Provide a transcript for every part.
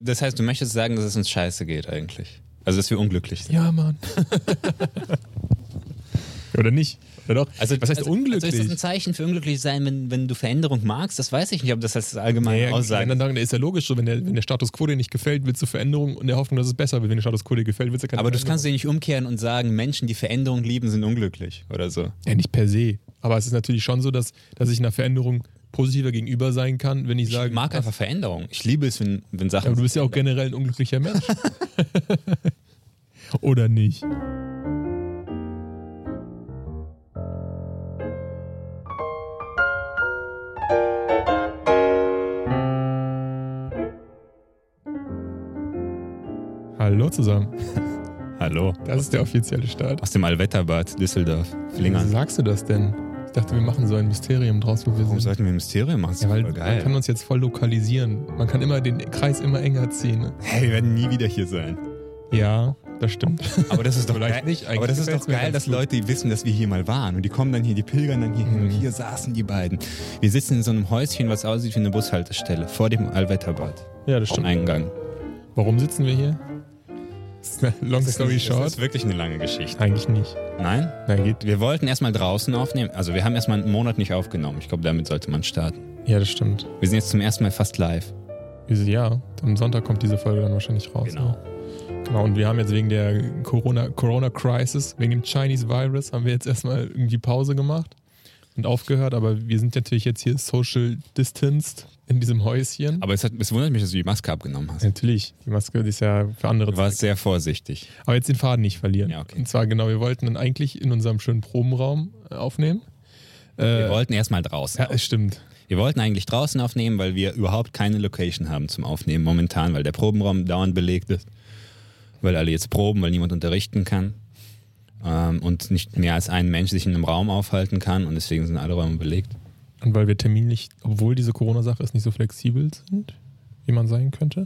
Das heißt, du möchtest sagen, dass es uns scheiße geht eigentlich. Also, dass wir unglücklich sind. Ja, Mann. Oder nicht? Oder doch? Also, was heißt unglücklich? Also ist das ein Zeichen für unglücklich sein, wenn du Veränderung magst? Das weiß ich nicht, ob das als allgemeine Aussage ist. Ist ja logisch so, wenn der Status quo dir nicht gefällt, willst du Veränderung und der Hoffnung, dass es besser wird. Wenn der Status quo dir gefällt, willst du keine Aber das Veränderung. kannst du nicht umkehren und sagen, Menschen, die Veränderung lieben, sind unglücklich oder so. Ja, nicht per se. Aber es ist natürlich schon so, dass ich einer Veränderung positiver gegenüber sein kann, wenn ich sage... Ich mag einfach Veränderung. Ich liebe es, wenn Sachen... Aber du bist ja auch generell ein unglücklicher Mensch. Oder nicht? Hallo zusammen. Hallo. Das ist der offizielle Start. Aus dem Allwetterbad Düsseldorf. Wie sagst du das denn? Ich dachte, wir machen so ein Mysterium draus, wo wir Warum sind. sollten wir ein Mysterium machen? Das ist Ja, weil voll geil. man kann uns jetzt voll lokalisieren. Man kann immer den Kreis immer enger ziehen. Hey, wir werden nie wieder hier sein. Ja, das stimmt. Aber das ist doch Vielleicht geil. nicht. Eigentlich Aber das ist gefällt's doch mir geil, ganz dass gut. Leute wissen, dass wir hier mal waren. Und die kommen dann hier, die pilgern dann hier hin. Und hier saßen die beiden. Wir sitzen in so einem Häuschen, was aussieht wie eine Bushaltestelle. Vor dem Allwetterbad. Ja, das stimmt. Eingang. Warum sitzen wir hier? Das ist eine long story short. Das ist wirklich eine lange Geschichte. Eigentlich nicht. Nein? Nein, geht. Wir wollten erstmal draußen aufnehmen. Also wir haben erstmal einen Monat nicht aufgenommen. Ich glaube, damit sollte man starten. Ja, das stimmt. Wir sind jetzt zum ersten Mal fast live. Ja, am Sonntag kommt diese Folge dann wahrscheinlich raus. Genau. Ne? Genau, und wir haben jetzt wegen der Corona-Crisis, wegen dem Chinese Virus, haben wir jetzt erstmal irgendwie Pause gemacht und aufgehört. Aber wir sind natürlich jetzt hier social distanced in diesem Häuschen. Aber es wundert mich, dass du die Maske abgenommen hast. Natürlich, die Maske die ist ja für andere Du warst sehr vorsichtig. Aber jetzt den Faden nicht verlieren. Ja, okay. Und zwar genau, wir wollten dann eigentlich in unserem schönen Probenraum aufnehmen. Wir wollten erstmal draußen. Ja, es stimmt. Wir wollten eigentlich draußen aufnehmen, weil wir überhaupt keine Location haben zum Aufnehmen momentan, weil der Probenraum dauernd belegt ist. Weil alle jetzt proben, weil niemand unterrichten kann. Und nicht mehr als ein Mensch sich in einem Raum aufhalten kann und deswegen sind alle Räume belegt. Und weil wir terminlich, obwohl diese Corona-Sache ist, nicht so flexibel sind, wie man sein könnte.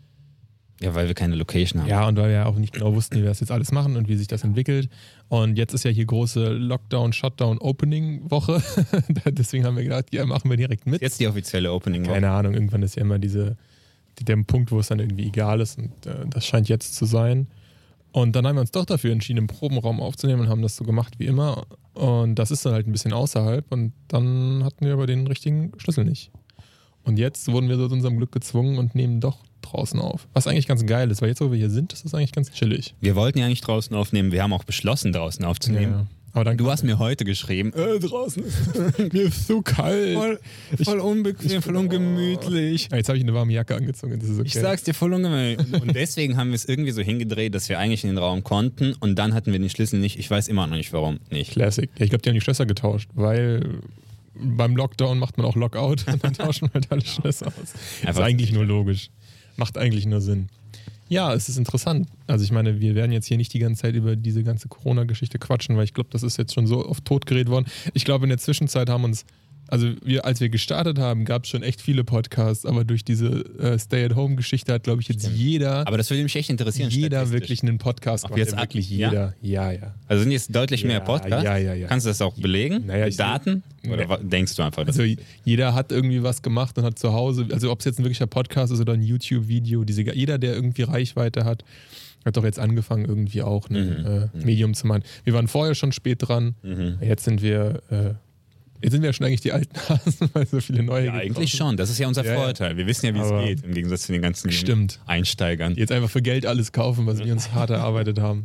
Ja, weil wir keine Location haben. Ja, und weil wir auch nicht genau wussten, wie wir das jetzt alles machen und wie sich das entwickelt. Und jetzt ist ja hier große Lockdown, Shutdown, Opening-Woche. Deswegen haben wir gedacht, ja, machen wir direkt mit. Jetzt die offizielle Opening. Keine Ahnung, irgendwann ist ja immer der Punkt, wo es dann irgendwie egal ist. Und das scheint jetzt zu sein. Und dann haben wir uns doch dafür entschieden, im Probenraum aufzunehmen und haben das so gemacht wie immer. Und das ist dann halt ein bisschen außerhalb. Und dann hatten wir aber den richtigen Schlüssel nicht. Und jetzt wurden wir so zu unserem Glück gezwungen und nehmen doch draußen auf. Was eigentlich ganz geil ist, weil jetzt, wo wir hier sind, ist das eigentlich ganz chillig. Wir wollten ja nicht draußen aufnehmen, wir haben auch beschlossen, draußen aufzunehmen. Ja. Aber dann Du hast mir heute geschrieben, draußen ist mir ist so kalt. voll unbequem, voll ungemütlich. Jetzt habe ich eine warme Jacke angezogen. Das ist okay. Ich sag's dir, voll ungemütlich. Und deswegen haben wir es irgendwie so hingedreht, dass wir eigentlich in den Raum konnten und dann hatten wir den Schlüssel nicht. Ich weiß immer noch nicht, warum nicht. Classic. Ja, ich glaube, die haben die Schlösser getauscht, weil beim Lockdown macht man auch Lockout und dann tauschen halt alle Schlösser aus. Das ist eigentlich nur logisch. Macht eigentlich nur Sinn. Ja, es ist interessant. Also ich meine, wir werden jetzt hier nicht die ganze Zeit über diese ganze Corona-Geschichte quatschen, weil ich glaube, das ist jetzt schon so oft totgeredet worden. Ich glaube, in der Zwischenzeit haben uns, als wir gestartet haben, gab es schon echt viele Podcasts, aber durch diese Stay-at-Home-Geschichte hat, glaube ich, jetzt jeder... Aber das würde mich echt interessieren. Jeder wirklich einen Podcast Ob macht. jetzt Wirklich ja? jeder. Ja. Also sind jetzt deutlich mehr Ja, Podcasts? ja. Kannst du das auch belegen? Naja, Mit Daten? Oder denkst du einfach? Also jeder hat irgendwie was gemacht und hat zu Hause, also ob es jetzt ein wirklicher Podcast ist oder ein YouTube-Video, jeder, der irgendwie Reichweite hat doch jetzt angefangen, irgendwie auch ein Medium zu machen. Wir waren vorher schon spät dran. Jetzt sind wir schon eigentlich die alten Hasen, weil so viele neue Ja, eigentlich schon. Das ist ja unser Ja, ja. Vorteil. Wir wissen ja, wie Aber es geht, im Gegensatz zu den ganzen Stimmt. Einsteigern. Jetzt einfach für Geld alles kaufen, was wir uns hart erarbeitet haben.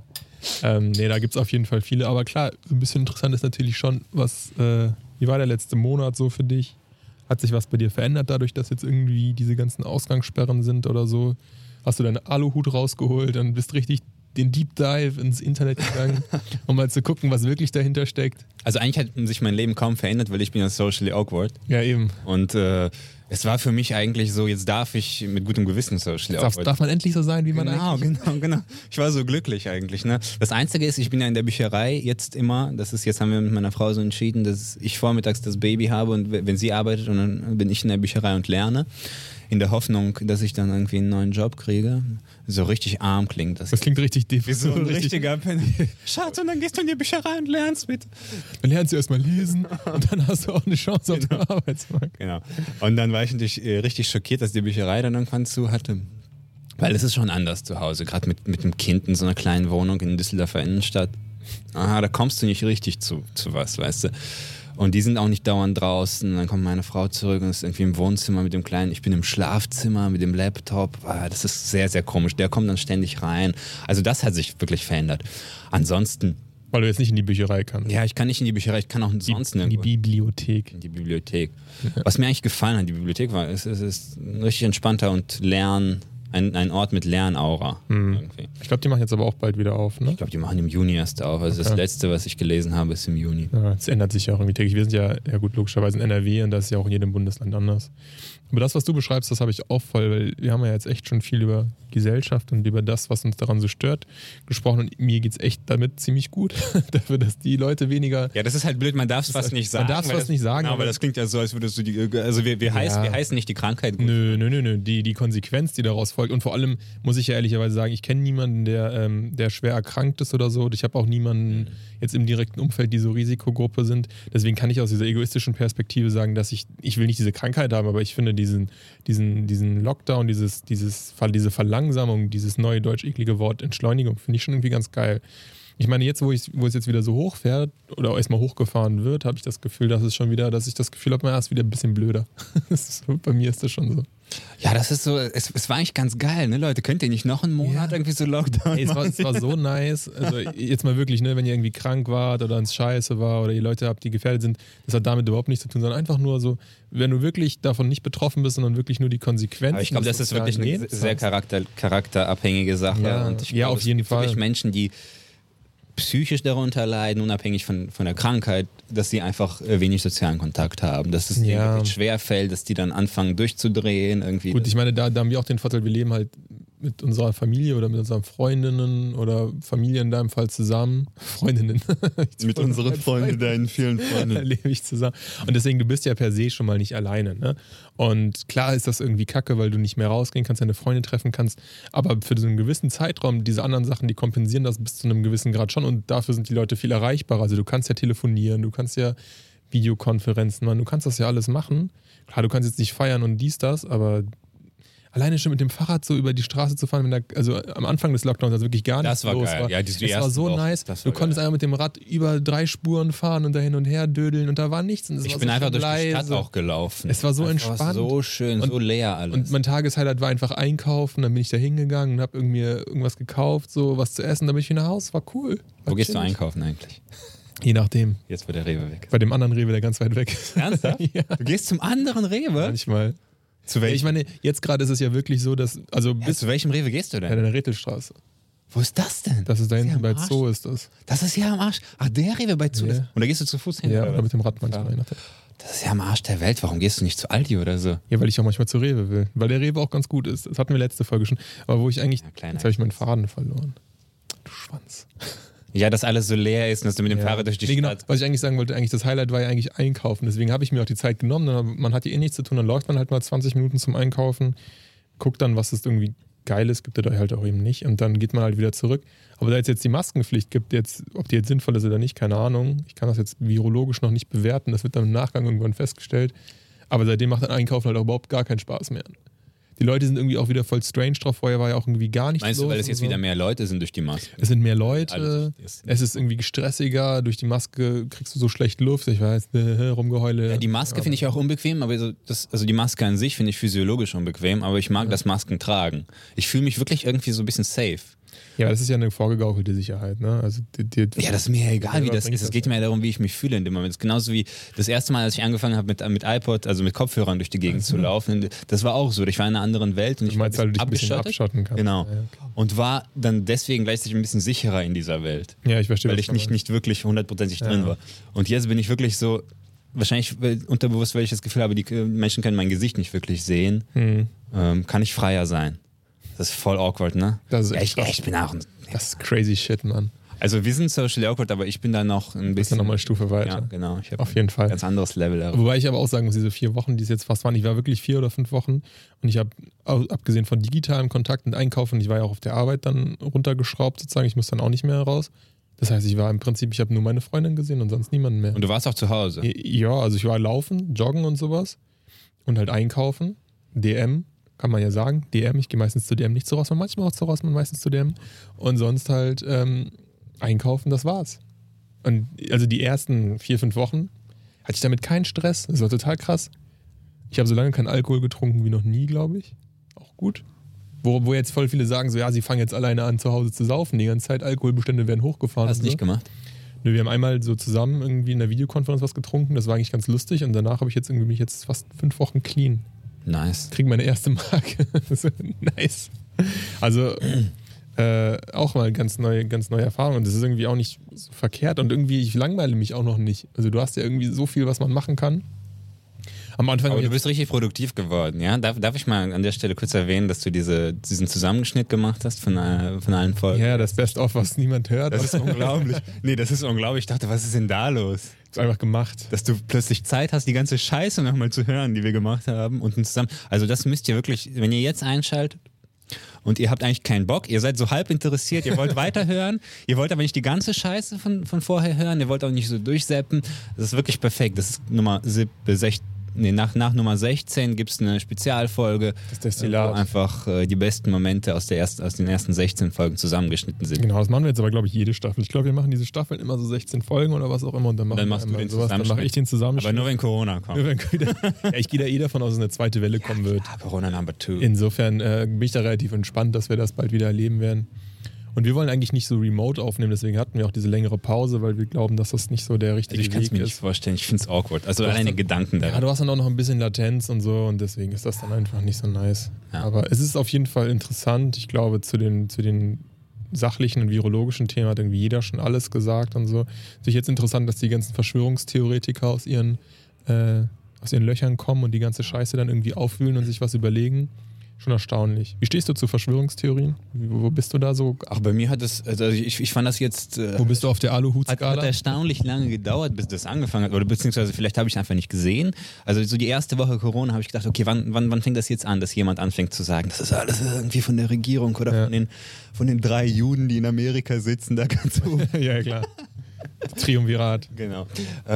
Da gibt es auf jeden Fall viele. Aber klar, so ein bisschen interessant ist natürlich schon, wie war der letzte Monat so für dich? Hat sich was bei dir verändert dadurch, dass jetzt irgendwie diese ganzen Ausgangssperren sind oder so? Hast du deinen Aluhut rausgeholt und bist richtig den Deep Dive ins Internet gegangen, um mal zu gucken, was wirklich dahinter steckt? Also eigentlich hat sich mein Leben kaum verändert, weil ich bin ja socially awkward. Ja, eben. Und es war für mich eigentlich so, jetzt darf ich mit gutem Gewissen socially awkward. Darf man endlich so sein, wie man eigentlich... Genau. Ich war so glücklich eigentlich. Ne? Das Einzige ist, ich bin ja in der Bücherei jetzt immer, jetzt haben wir mit meiner Frau so entschieden, dass ich vormittags das Baby habe und wenn sie arbeitet und dann bin ich in der Bücherei und lerne. In der Hoffnung, dass ich dann irgendwie einen neuen Job kriege. So richtig arm klingt das. Das klingt richtig wie so ein richtiger Penny. Schatz, und dann gehst du in die Bücherei und lernst mit. Dann lernst du erstmal lesen und dann hast du auch eine Chance auf den Arbeitsmarkt. Genau. Und dann war ich natürlich richtig schockiert, dass die Bücherei dann irgendwann zu hatte. Weil es ist schon anders zu Hause, gerade mit dem Kind in so einer kleinen Wohnung in Düsseldorfer Innenstadt. Da kommst du nicht richtig zu was, weißt du. Und die sind auch nicht dauernd draußen. Dann kommt meine Frau zurück und ist irgendwie im Wohnzimmer mit dem Kleinen. Ich bin im Schlafzimmer mit dem Laptop. Das ist sehr, sehr komisch. Der kommt dann ständig rein. Also das hat sich wirklich verändert. Ansonsten... Weil du jetzt nicht in die Bücherei kannst. Ja, ich kann nicht in die Bücherei, ich kann auch sonst nirgendwo. Die Bibliothek. In die Bibliothek. Ja. Was mir eigentlich gefallen hat, die Bibliothek war, es ist ein richtig entspannter und ein Ort mit Lernaura. Irgendwie. Ich glaube, die machen jetzt aber auch bald wieder auf, ne? Ich glaube, die machen im Juni erst auf. Also das Letzte, was ich gelesen habe, ist im Juni. Ja, es ändert sich ja auch irgendwie täglich. Wir sind ja gut, logischerweise in NRW und das ist ja auch in jedem Bundesland anders. Aber das, was du beschreibst, das habe ich auch voll, weil wir haben ja jetzt echt schon viel über Gesellschaft und über das, was uns daran so stört, gesprochen und mir geht es echt damit ziemlich gut. Dafür, dass die Leute weniger... Ja, das ist halt blöd, man darf es fast nicht sagen. Man darf es fast nicht sagen. Aber das klingt ja so, als würdest du also wir heißen nicht die Krankheit gut. Nö. Die Konsequenz, die daraus folgt und vor allem muss ich ja ehrlicherweise sagen, ich kenne niemanden, der schwer erkrankt ist oder so. Ich habe auch niemanden jetzt im direkten Umfeld, die so Risikogruppe sind. Deswegen kann ich aus dieser egoistischen Perspektive sagen, dass ich will nicht diese Krankheit haben, aber ich finde diesen Lockdown, diese Verlangsamung, dieses neue deutsch-eklige Wort Entschleunigung, finde ich schon irgendwie ganz geil. Ich meine, jetzt, wo es jetzt wieder so hochfährt oder erstmal hochgefahren wird, habe ich das Gefühl, dass ich das Gefühl habe, man ist wieder ein bisschen blöder. Bei mir ist das schon so. Ja, das ist so, es war eigentlich ganz geil, ne, Leute? Könnt ihr nicht noch einen Monat irgendwie so Lockdown machen? Es war so nice. Also jetzt mal wirklich, ne, wenn ihr irgendwie krank wart oder ins Scheiße war oder ihr Leute habt, die gefährdet sind, das hat damit überhaupt nichts zu tun, sondern einfach nur so, wenn du wirklich davon nicht betroffen bist, sondern wirklich nur die Konsequenzen. Aber ich glaube, das ist wirklich eine sehr charakterabhängige Sache. Ja, und ich glaube, auf jeden Fall. Wirklich Menschen, die psychisch darunter leiden, unabhängig von der Krankheit, dass sie einfach wenig sozialen Kontakt haben. Dass es denen wirklich schwerfällt, dass die dann anfangen durchzudrehen. Irgendwie. Gut, ich meine, da haben wir auch den Vorteil, wir leben halt mit unserer Familie oder mit unseren Freundinnen oder Familie in deinem Fall zusammen. Freundinnen. Mit unseren Freunden, deinen vielen Freunden. Da lebe ich zusammen. Und deswegen, du bist ja per se schon mal nicht alleine. Ne? Und klar ist das irgendwie kacke, weil du nicht mehr rausgehen kannst, deine Freunde treffen kannst. Aber für so einen gewissen Zeitraum, diese anderen Sachen, die kompensieren das bis zu einem gewissen Grad schon. Und dafür sind die Leute viel erreichbarer. Also du kannst ja telefonieren, du kannst ja Videokonferenzen machen, du kannst das ja alles machen. Klar, du kannst jetzt nicht feiern und das, aber alleine schon mit dem Fahrrad so über die Straße zu fahren, also am Anfang des Lockdowns, also wirklich gar nichts los war. Geil. Ja, das war so nice. Du konntest einfach mit dem Rad über 3 Spuren fahren und da hin und her dödeln und da war nichts. Und ich bin einfach durch die Stadt auch gelaufen. Es war so entspannt. War so schön, so leer alles. Und mein Tageshighlight war einfach einkaufen, dann bin ich da hingegangen und habe mir irgendwas gekauft, so was zu essen, dann bin ich wieder nach Hause, war cool. Wo gehst du einkaufen eigentlich? Je nachdem. Jetzt wird der Rewe weg. Bei dem anderen Rewe, der ganz weit weg ist. Ernsthaft? Ja. Du gehst zum anderen Rewe? Manchmal. Zu welchem? Ich meine, jetzt gerade ist es ja wirklich so, dass... zu welchem Rewe gehst du denn? Bei der Rettelstraße. Wo ist das denn? Das ist da hinten bei Zoo ist das. Das ist ja am Arsch. Ach, der Rewe bei Zoo. Ja. Und da gehst du zu Fuß hin? Ja, oder mit dem Rad manchmal. Das ist ja am Arsch der Welt. Warum gehst du nicht zu Aldi oder so? Ja, weil ich auch manchmal zu Rewe will. Weil der Rewe auch ganz gut ist. Das hatten wir letzte Folge schon. Aber wo ich eigentlich... Jetzt habe ich meinen Faden verloren. Du Schwanz. Ja, dass alles so leer ist und dass du mit dem Fahrrad durch die Stadt... Genau. Was ich eigentlich sagen wollte, das Highlight war ja eigentlich einkaufen. Deswegen habe ich mir auch die Zeit genommen. Man hat ja nichts zu tun. Dann läuft man halt mal 20 Minuten zum Einkaufen, guckt dann, was es irgendwie geil ist, gibt er da halt auch eben nicht. Und dann geht man halt wieder zurück. Aber da es jetzt die Maskenpflicht gibt, ob die jetzt sinnvoll ist oder nicht, keine Ahnung. Ich kann das jetzt virologisch noch nicht bewerten. Das wird dann im Nachgang irgendwann festgestellt. Aber seitdem macht ein Einkaufen halt auch überhaupt gar keinen Spaß mehr. Die Leute sind irgendwie auch wieder voll strange drauf. Vorher war ja auch irgendwie gar nichts los. Meinst du, weil es jetzt wieder mehr Leute sind durch die Maske? Es sind mehr Leute. Es ist irgendwie stressiger. Durch die Maske kriegst du so schlecht Luft. Ich weiß, Rumgeheule. Ja, die Maske finde ich auch unbequem. Aber also die Maske an sich finde ich physiologisch unbequem. Aber ich mag das Masken tragen. Ich fühle mich wirklich irgendwie so ein bisschen safe. Ja, das ist ja eine vorgegaukelte Sicherheit, ne? Also ja, das ist mir ja egal, wie das ist. Es geht mir ja darum, wie ich mich fühle in dem Moment. Genauso wie das erste Mal, als ich angefangen habe mit iPod, also mit Kopfhörern durch die Gegend zu laufen. Das war auch so. Ich war in einer anderen Welt und ich war halt ein bisschen abschotten kannst. Genau. Ja, und war dann deswegen gleichzeitig ein bisschen sicherer in dieser Welt. Ja, ich verstehe. Weil ich nicht wirklich 100%ig drin war. Und jetzt bin ich wirklich so, wahrscheinlich unterbewusst, weil ich das Gefühl habe, die Menschen können mein Gesicht nicht wirklich sehen, kann ich freier sein. Das ist voll awkward, ne? Das ist echt ich bin auch das ist crazy shit, Mann. Also wir sind social awkward, aber ich bin da noch ein bisschen... nochmal eine Stufe weiter. Ja, genau. Ich auf jeden Fall. Ein ganz anderes Level. Darüber. Wobei ich aber auch sagen muss, diese 4 Wochen, die es jetzt fast waren, ich war wirklich 4 oder 5 Wochen und ich habe, abgesehen von digitalem Kontakt und Einkaufen, ich war ja auch auf der Arbeit dann runtergeschraubt sozusagen, ich muss dann auch nicht mehr raus. Das heißt, ich habe nur meine Freundin gesehen und sonst niemanden mehr. Und du warst auch zu Hause? Ja, also ich war laufen, joggen und sowas und halt einkaufen, DM. kann man ja sagen. DM, ich gehe meistens zu DM, nicht zu Rossmann, manchmal auch zu Rossmann, meistens zu DM. Und sonst halt einkaufen, das war's. Und also die ersten 4-5 Wochen hatte ich damit keinen Stress. Das war total krass. Ich habe so lange keinen Alkohol getrunken wie noch nie, glaube ich. Auch gut. Wo jetzt voll viele sagen, so ja, sie fangen jetzt alleine an, zu Hause zu saufen. Die ganze Zeit Alkoholbestände werden hochgefahren. Hast du nicht gemacht? Nö, wir haben einmal so zusammen irgendwie in der Videokonferenz was getrunken. Das war eigentlich ganz lustig. Und danach habe ich jetzt irgendwie mich jetzt fast 5 Wochen clean. Nice. Kriege meine erste Marke. Nice. Also auch mal ganz neue Erfahrung. Und das ist irgendwie auch nicht so verkehrt. Und irgendwie, ich langweile mich auch noch nicht. Also du hast ja irgendwie so viel, was man machen kann. Am Anfang aber du bist richtig produktiv geworden, ja? Darf ich mal an der Stelle kurz erwähnen, dass du diesen Zusammenschnitt gemacht hast von allen Folgen? Ja, das Best-of, was niemand hört. Das ist unglaublich. Nee, das ist unglaublich. Ich dachte, was ist denn da los? Das ist einfach gemacht. Dass du plötzlich Zeit hast, die ganze Scheiße nochmal zu hören, die wir gemacht haben. Und zusammen. Also das müsst ihr wirklich, wenn ihr jetzt einschaltet und ihr habt eigentlich keinen Bock, ihr seid so halb interessiert, ihr wollt weiterhören, ihr wollt aber nicht die ganze Scheiße von vorher hören, ihr wollt auch nicht so durchseppen. Das ist wirklich perfekt. Das ist nach Nummer 16 gibt es eine Spezialfolge, das Destillat, wo einfach die besten Momente aus den ersten 16 Folgen zusammengeschnitten sind. Genau, das machen wir jetzt aber, glaube ich, jede Staffel. Ich glaube, wir machen diese Staffeln immer so 16 Folgen oder was auch immer. Und dann machst du den sowas. Dann mache ich den Zusammenschnitt. Aber nur wenn Corona kommt. Ich gehe da davon aus, dass eine zweite Welle kommen wird. Ja, Corona Number 2. Insofern bin ich da relativ entspannt, dass wir das bald wieder erleben werden. Und wir wollen eigentlich nicht so remote aufnehmen, deswegen hatten wir auch diese längere Pause, weil wir glauben, dass das nicht so der richtige Weg ist. Ich kann es mir nicht vorstellen, ich finde es awkward. Also alleine Gedanken daran. Ja, du hast dann auch noch ein bisschen Latenz und so und deswegen ist das dann einfach nicht so nice. Ja. Aber es ist auf jeden Fall interessant. Ich glaube, zu den sachlichen und virologischen Themen hat irgendwie jeder schon alles gesagt und so. Natürlich jetzt interessant, dass die ganzen Verschwörungstheoretiker aus ihren Löchern kommen und die ganze Scheiße dann irgendwie aufwühlen und sich was überlegen. Schon erstaunlich. Wie stehst du zu Verschwörungstheorien? Wo bist du da so? Ach, bei mir hat es, also ich fand das jetzt... Wo bist du auf der Aluhut-Skala? Hat erstaunlich lange gedauert, bis das angefangen hat. Oder beziehungsweise vielleicht habe ich es einfach nicht gesehen. Also so die erste Woche Corona habe ich gedacht, okay, wann fängt das jetzt an, dass jemand anfängt zu sagen, das ist alles irgendwie von der Regierung oder von den 3 Juden, die in Amerika sitzen, da ganz oben. Ja, klar. Triumvirat. Genau.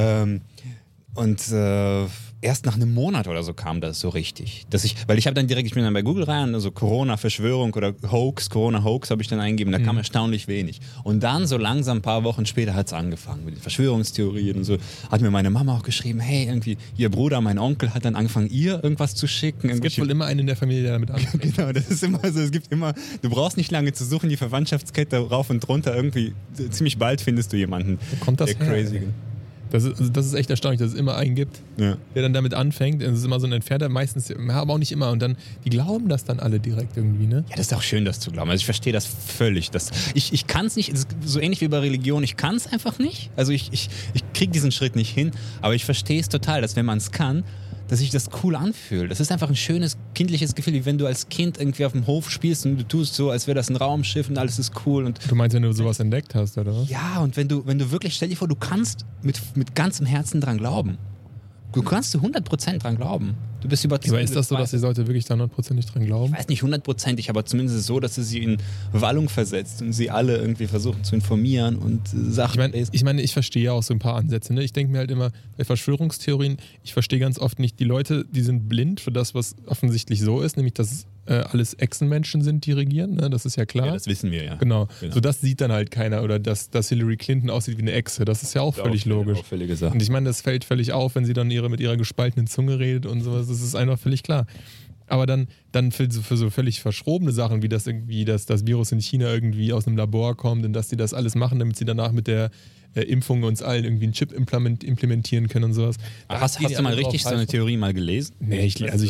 Erst nach einem Monat oder so kam das so richtig. Weil ich bin dann bei Google rein, also Corona-Verschwörung oder Hoax, Corona-Hoax habe ich dann eingegeben, da kam erstaunlich wenig. Und dann so langsam ein paar Wochen später hat es angefangen mit den Verschwörungstheorien und so. Hat mir meine Mama auch geschrieben, hey, irgendwie, ihr Bruder, mein Onkel hat dann angefangen, ihr irgendwas zu schicken. Es gibt wohl immer einen in der Familie, der damit anfängt. Genau, das ist immer so, du brauchst nicht lange zu suchen, die Verwandtschaftskette rauf und runter, irgendwie, ziemlich bald findest du jemanden, kommt das der crazy ist. Das ist echt erstaunlich, dass es immer einen gibt, der dann damit anfängt. Es ist immer so ein Entfernter, meistens, aber auch nicht immer. Und dann, die glauben das dann alle direkt irgendwie, ne? Ja, das ist auch schön, das zu glauben. Also ich verstehe das völlig. Ich kann es nicht, so ähnlich wie bei Religion, ich kann es einfach nicht. Also ich kriege diesen Schritt nicht hin, aber ich verstehe es total, dass wenn man es kann, dass sich das cool anfühlt. Das ist einfach ein schönes, kindliches Gefühl, wie wenn du als Kind irgendwie auf dem Hof spielst und du tust so, als wäre das ein Raumschiff und alles ist cool. Und du meinst, wenn du sowas entdeckt hast, oder was? Ja, und wenn du wirklich, stell dir vor, du kannst mit ganzem Herzen dran glauben. Du kannst zu 100% dran glauben. Du bist überzeugt. Aber ist das so, dass die Leute wirklich da 100% dran glauben? Ich weiß nicht 100%, aber zumindest so, dass es sie in Wallung versetzt und sie alle irgendwie versuchen zu informieren und Sachen lesen. Ich verstehe ja auch so ein paar Ansätze. Ne? Ich denke mir halt immer, bei Verschwörungstheorien, ich verstehe ganz oft nicht, die Leute, die sind blind für das, was offensichtlich so ist, nämlich dass alles Echsenmenschen sind, die regieren. Ne? Das ist ja klar. Ja, das wissen wir ja. Genau. So das sieht dann halt keiner. Oder dass Hillary Clinton aussieht wie eine Echse. Das ist ja auch völlig logisch. Auffällige Sache. Und ich meine, das fällt völlig auf, wenn sie dann mit ihrer gespaltenen Zunge redet und sowas. Das ist einfach völlig klar. Aber dann für so völlig verschrobene Sachen, wie das Virus in China irgendwie aus einem Labor kommt und dass die das alles machen, damit sie danach mit der Impfung uns allen irgendwie einen Chip implementieren können und sowas. Hast du mal richtig so eine Theorie mal gelesen? Nee,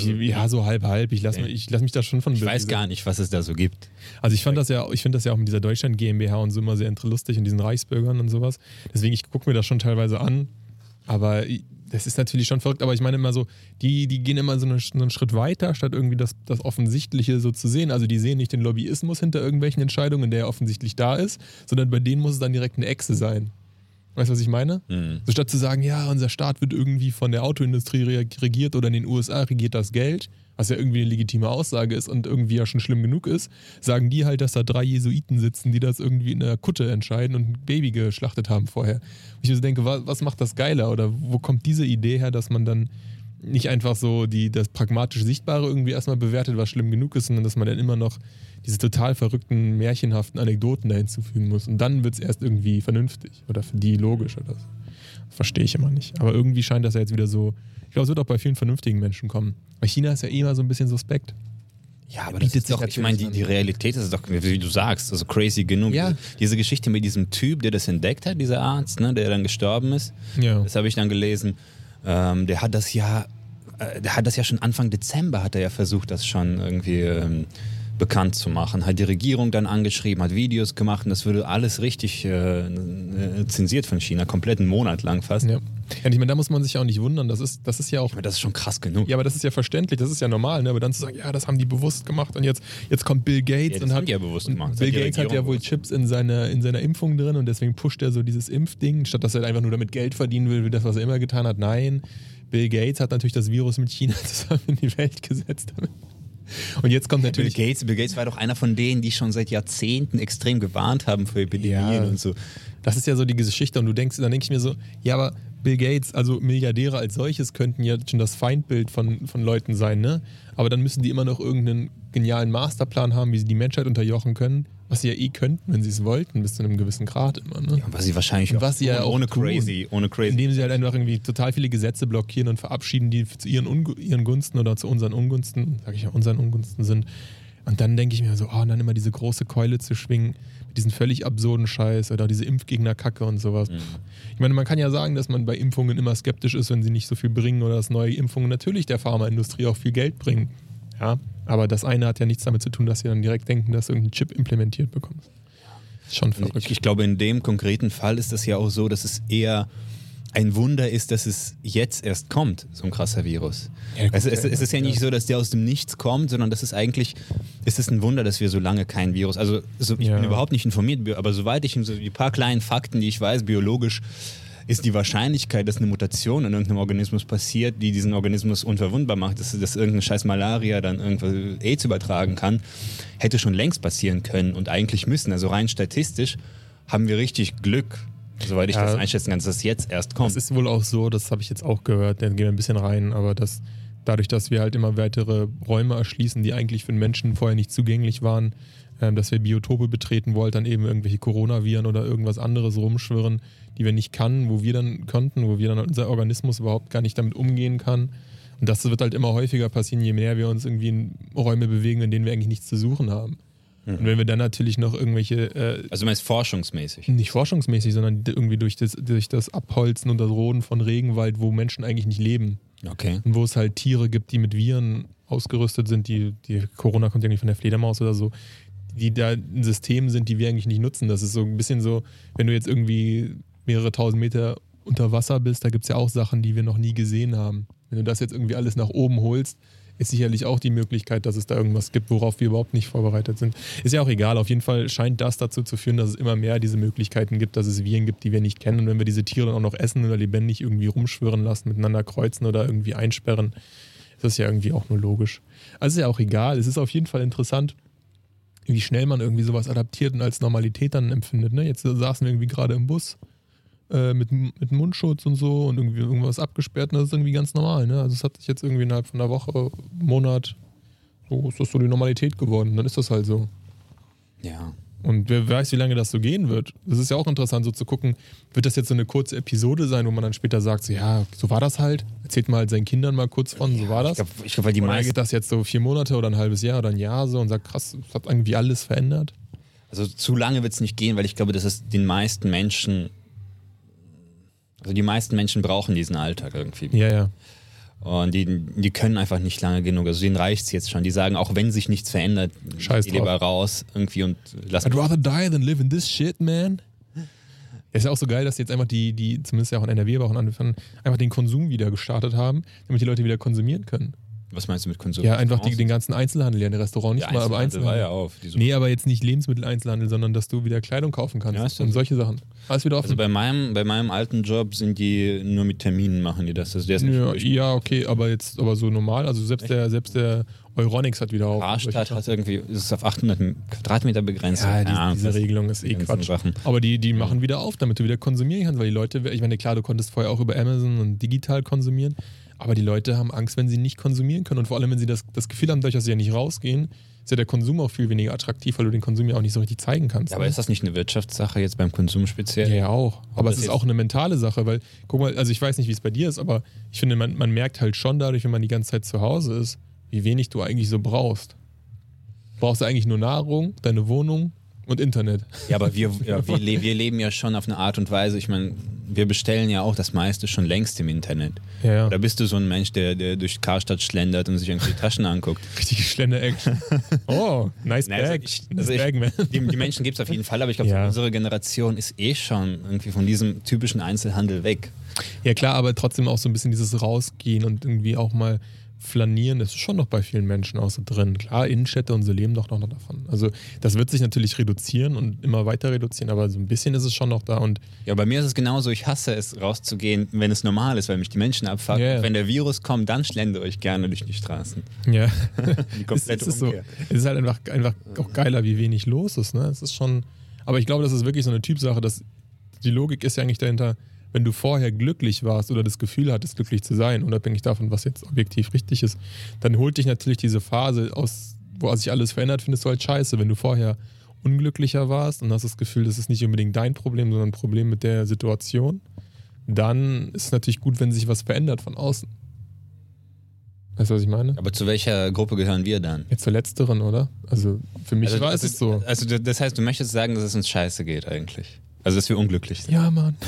so halb. Ich lass mich da schon von Ich weiß gar nicht, was es da so gibt. Also ich finde das ja auch mit dieser Deutschland GmbH und so immer sehr lustig und diesen Reichsbürgern und sowas. Deswegen, ich gucke mir das schon teilweise an. Aber das ist natürlich schon verrückt, aber ich meine immer so, die gehen immer so einen Schritt weiter, statt irgendwie das Offensichtliche so zu sehen. Also die sehen nicht den Lobbyismus hinter irgendwelchen Entscheidungen, der offensichtlich da ist, sondern bei denen muss es dann direkt eine Echse sein. Weißt du, was ich meine? Mhm. So statt zu sagen, ja, unser Staat wird irgendwie von der Autoindustrie regiert oder in den USA regiert das Geld, was ja irgendwie eine legitime Aussage ist und irgendwie ja schon schlimm genug ist, sagen die halt, dass da 3 Jesuiten sitzen, die das irgendwie in der Kutte entscheiden und ein Baby geschlachtet haben vorher. Und ich so denke, was macht das geiler oder wo kommt diese Idee her, dass man dann nicht einfach so das pragmatisch Sichtbare irgendwie erstmal bewertet, was schlimm genug ist, sondern dass man dann immer noch diese total verrückten, märchenhaften Anekdoten da hinzufügen muss. Und dann wird es erst irgendwie vernünftig oder für die logisch oder so. Das verstehe ich immer nicht. Aber irgendwie scheint das ja jetzt wieder so, ich glaube, es wird auch bei vielen vernünftigen Menschen kommen. Weil China ist ja immer so ein bisschen suspekt. Ja, aber das ist doch, ich meine, die Realität ist doch, wie du sagst, also crazy genug. Ja. Diese Geschichte mit diesem Typ, der das entdeckt hat, dieser Arzt, ne, der dann gestorben ist, das habe ich dann gelesen. Der hat das ja schon Anfang Dezember hat er ja versucht, das schon irgendwie bekannt zu machen. Hat die Regierung dann angeschrieben, hat Videos gemacht und das würde alles richtig zensiert von China, komplett einen Monat lang fast. Ja. Ja, ich meine, da muss man sich ja auch nicht wundern. Das ist ja auch. Ich meine, das ist schon krass genug. Ja, aber das ist ja verständlich, das ist ja normal, ne? Aber dann zu sagen, ja, das haben die bewusst gemacht und jetzt kommt Bill Gates ja, und haben die ja bewusst gemacht. Bill Gates hat ja wohl Chips in seiner Impfung drin und deswegen pusht er so dieses Impfding, statt dass er einfach nur damit Geld verdienen will, wie das, was er immer getan hat. Nein, Bill Gates hat natürlich das Virus mit China zusammen in die Welt gesetzt. Und jetzt kommt natürlich. Bill Gates war doch einer von denen, die schon seit Jahrzehnten extrem gewarnt haben vor Epidemien und so. Das ist ja so die Geschichte und dann denke ich mir so, ja, aber Bill Gates, also Milliardäre als solches, könnten ja schon das Feindbild von Leuten sein, ne? Aber dann müssen die immer noch irgendeinen genialen Masterplan haben, wie sie die Menschheit unterjochen können, was sie ja könnten, wenn sie es wollten, bis zu einem gewissen Grad immer, ne? Ja, was sie wahrscheinlich ohne crazy. Indem sie halt einfach irgendwie total viele Gesetze blockieren und verabschieden, die zu ihren Gunsten oder zu unseren Ungunsten, sage ich ja, unseren Ungunsten sind. Und dann denke ich mir so, dann immer diese große Keule zu schwingen, mit diesen völlig absurden Scheiß oder diese Impfgegner-Kacke und sowas. Mhm. Ich meine, man kann ja sagen, dass man bei Impfungen immer skeptisch ist, wenn sie nicht so viel bringen oder dass neue Impfungen natürlich der Pharmaindustrie auch viel Geld bringen. Ja, aber das eine hat ja nichts damit zu tun, dass sie dann direkt denken, dass du irgendeinen Chip implementiert bekommst. Das ist schon verrückt. Ich glaube, in dem konkreten Fall ist das ja auch so, dass es eher ein Wunder ist, dass es jetzt erst kommt, so ein krasser Virus. Ja, es ist ja nicht so, dass der aus dem Nichts kommt, sondern das ist eigentlich, es ist ein Wunder, dass wir so lange kein Virus, also ich bin überhaupt nicht informiert, aber soweit ich so die paar kleinen Fakten, die ich weiß, biologisch, ist die Wahrscheinlichkeit, dass eine Mutation in irgendeinem Organismus passiert, die diesen Organismus unverwundbar macht, dass irgendeine scheiß Malaria dann irgendwas AIDS übertragen kann, hätte schon längst passieren können und eigentlich müssen. Also rein statistisch haben wir richtig Glück, soweit ich das einschätzen kann, dass das jetzt erst kommt. Das ist wohl auch so, das habe ich jetzt auch gehört, dann gehen wir ein bisschen rein, aber dadurch, dass wir halt immer weitere Räume erschließen, die eigentlich für den Menschen vorher nicht zugänglich waren, dass wir Biotope betreten wollten, dann eben irgendwelche Coronaviren oder irgendwas anderes rumschwirren, die wir nicht kannten, wo wir dann unser Organismus überhaupt gar nicht damit umgehen kann. Und das wird halt immer häufiger passieren, je mehr wir uns irgendwie in Räume bewegen, in denen wir eigentlich nichts zu suchen haben. Und wenn wir dann natürlich noch irgendwelche... also du meinst forschungsmäßig? Nicht forschungsmäßig, sondern irgendwie durch das Abholzen und das Roden von Regenwald, wo Menschen eigentlich nicht leben. Okay. Und wo es halt Tiere gibt, die mit Viren ausgerüstet sind, die Corona kommt ja nicht von der Fledermaus oder so, die da ein System sind, die wir eigentlich nicht nutzen. Das ist so ein bisschen so, wenn du jetzt irgendwie mehrere tausend Meter unter Wasser bist, da gibt es ja auch Sachen, die wir noch nie gesehen haben. Wenn du das jetzt irgendwie alles nach oben holst, ist sicherlich auch die Möglichkeit, dass es da irgendwas gibt, worauf wir überhaupt nicht vorbereitet sind. Ist ja auch egal. Auf jeden Fall scheint das dazu zu führen, dass es immer mehr diese Möglichkeiten gibt, dass es Viren gibt, die wir nicht kennen. Und wenn wir diese Tiere dann auch noch essen oder lebendig irgendwie rumschwirren lassen, miteinander kreuzen oder irgendwie einsperren, ist das ja irgendwie auch nur logisch. Also ist ja auch egal. Es ist auf jeden Fall interessant, wie schnell man irgendwie sowas adaptiert und als Normalität dann empfindet. Ne? Jetzt saßen wir irgendwie gerade im Bus mit Mundschutz und so und irgendwie irgendwas abgesperrt und das ist irgendwie ganz normal. Ne? Also es hat sich jetzt irgendwie innerhalb von einer Woche, Monat, so ist das so die Normalität geworden. Dann ist das halt so. Ja. Und wer weiß, wie lange das so gehen wird. Das ist ja auch interessant, so zu gucken, wird das jetzt so eine kurze Episode sein, wo man dann später sagt, so, ja, so war das halt. Erzählt man halt seinen Kindern mal kurz von, so war das. Ich glaub, weil die meisten... geht das jetzt so 4 Monate oder ein halbes Jahr oder ein Jahr so und sagt, krass, das hat irgendwie alles verändert. Also zu lange wird es nicht gehen, weil ich glaube, dass es den meisten Menschen... Also die meisten Menschen brauchen diesen Alltag irgendwie. Ja. Und die können einfach nicht lange genug. Also denen reicht es jetzt schon. Die sagen, auch wenn sich nichts verändert, Scheiß die lieber raus irgendwie und lassen. I'd rather die than live in this shit, man. Es ist ja auch so geil, dass jetzt einfach die zumindest ja auch in NRW, aber auch in anderen Fällen, einfach den Konsum wieder gestartet haben, damit die Leute wieder konsumieren können. Was meinst du mit Konsum? Ja, einfach den ganzen Einzelhandel, ja, ein Restaurant nicht mal, aber Einzelhandel. War ja auf. Nee, aber jetzt nicht Lebensmitteleinzelhandel, sondern dass du wieder Kleidung kaufen kannst und solche Sachen. Alles wieder offen. Also bei meinem alten Job sind die nur mit Terminen machen die das. Also der ist nicht okay, aber so normal, also selbst der Euronics hat wieder auf. Karstadt hat irgendwie, ist es auf 800 Quadratmeter begrenzt. Ja, diese Regelung ist Quatsch. Sachen. Aber die machen wieder auf, damit du wieder konsumieren kannst, weil die Leute, ich meine, klar, du konntest vorher auch über Amazon und digital konsumieren, Aber die Leute haben Angst, wenn sie nicht konsumieren können. Und vor allem, wenn sie das Gefühl haben, dadurch, dass sie ja nicht rausgehen, ist ja der Konsum auch viel weniger attraktiv, weil du den Konsum ja auch nicht so richtig zeigen kannst. Ja, aber ist das nicht eine Wirtschaftssache jetzt beim Konsum speziell? Ja, auch. Aber es ist auch eine mentale Sache, weil, guck mal, also ich weiß nicht, wie es bei dir ist, aber ich finde, man merkt halt schon dadurch, wenn man die ganze Zeit zu Hause ist, wie wenig du eigentlich so brauchst. Brauchst du eigentlich nur Nahrung, deine Wohnung und Internet. Ja, aber wir leben ja schon auf eine Art und Weise, ich meine, wir bestellen ja auch das meiste schon längst im Internet. Ja. Oder bist du so ein Mensch, der durch Karstadt schlendert und sich irgendwie Taschen anguckt? Richtige Schlender-Action. Oh, nice bag. Die Menschen gibt es auf jeden Fall, aber ich glaube, unsere Generation ist schon irgendwie von diesem typischen Einzelhandel weg. Ja klar, aber trotzdem auch so ein bisschen dieses Rausgehen und irgendwie auch mal flanieren, das ist schon noch bei vielen Menschen auch so drin. Klar, Innenstädte und so leben doch noch davon. Also das wird sich natürlich reduzieren und immer weiter reduzieren, aber so ein bisschen ist es schon noch da. Und ja, bei mir ist es genauso, ich hasse es rauszugehen, wenn es normal ist, weil mich die Menschen abfucken. Yeah. Wenn der Virus kommt, dann schlendere ich gerne durch die Straßen. Ja, die komplette es ist so. Es ist halt einfach auch geiler, wie wenig los ist. Ne? Es ist schon, aber ich glaube, das ist wirklich so eine Typsache, dass die Logik ist ja eigentlich dahinter, wenn du vorher glücklich warst oder das Gefühl hattest, glücklich zu sein, unabhängig davon, was jetzt objektiv richtig ist, dann holt dich natürlich diese Phase aus, wo sich alles verändert, findest du halt scheiße. Wenn du vorher unglücklicher warst und hast das Gefühl, das ist nicht unbedingt dein Problem, sondern ein Problem mit der Situation, dann ist es natürlich gut, wenn sich was verändert von außen. Weißt du, was ich meine? Aber zu welcher Gruppe gehören wir dann? Jetzt zur letzteren, oder? Also für mich war es so. Also das heißt, du möchtest sagen, dass es uns scheiße geht eigentlich? Also, dass wir unglücklich sind. Ja, Mann.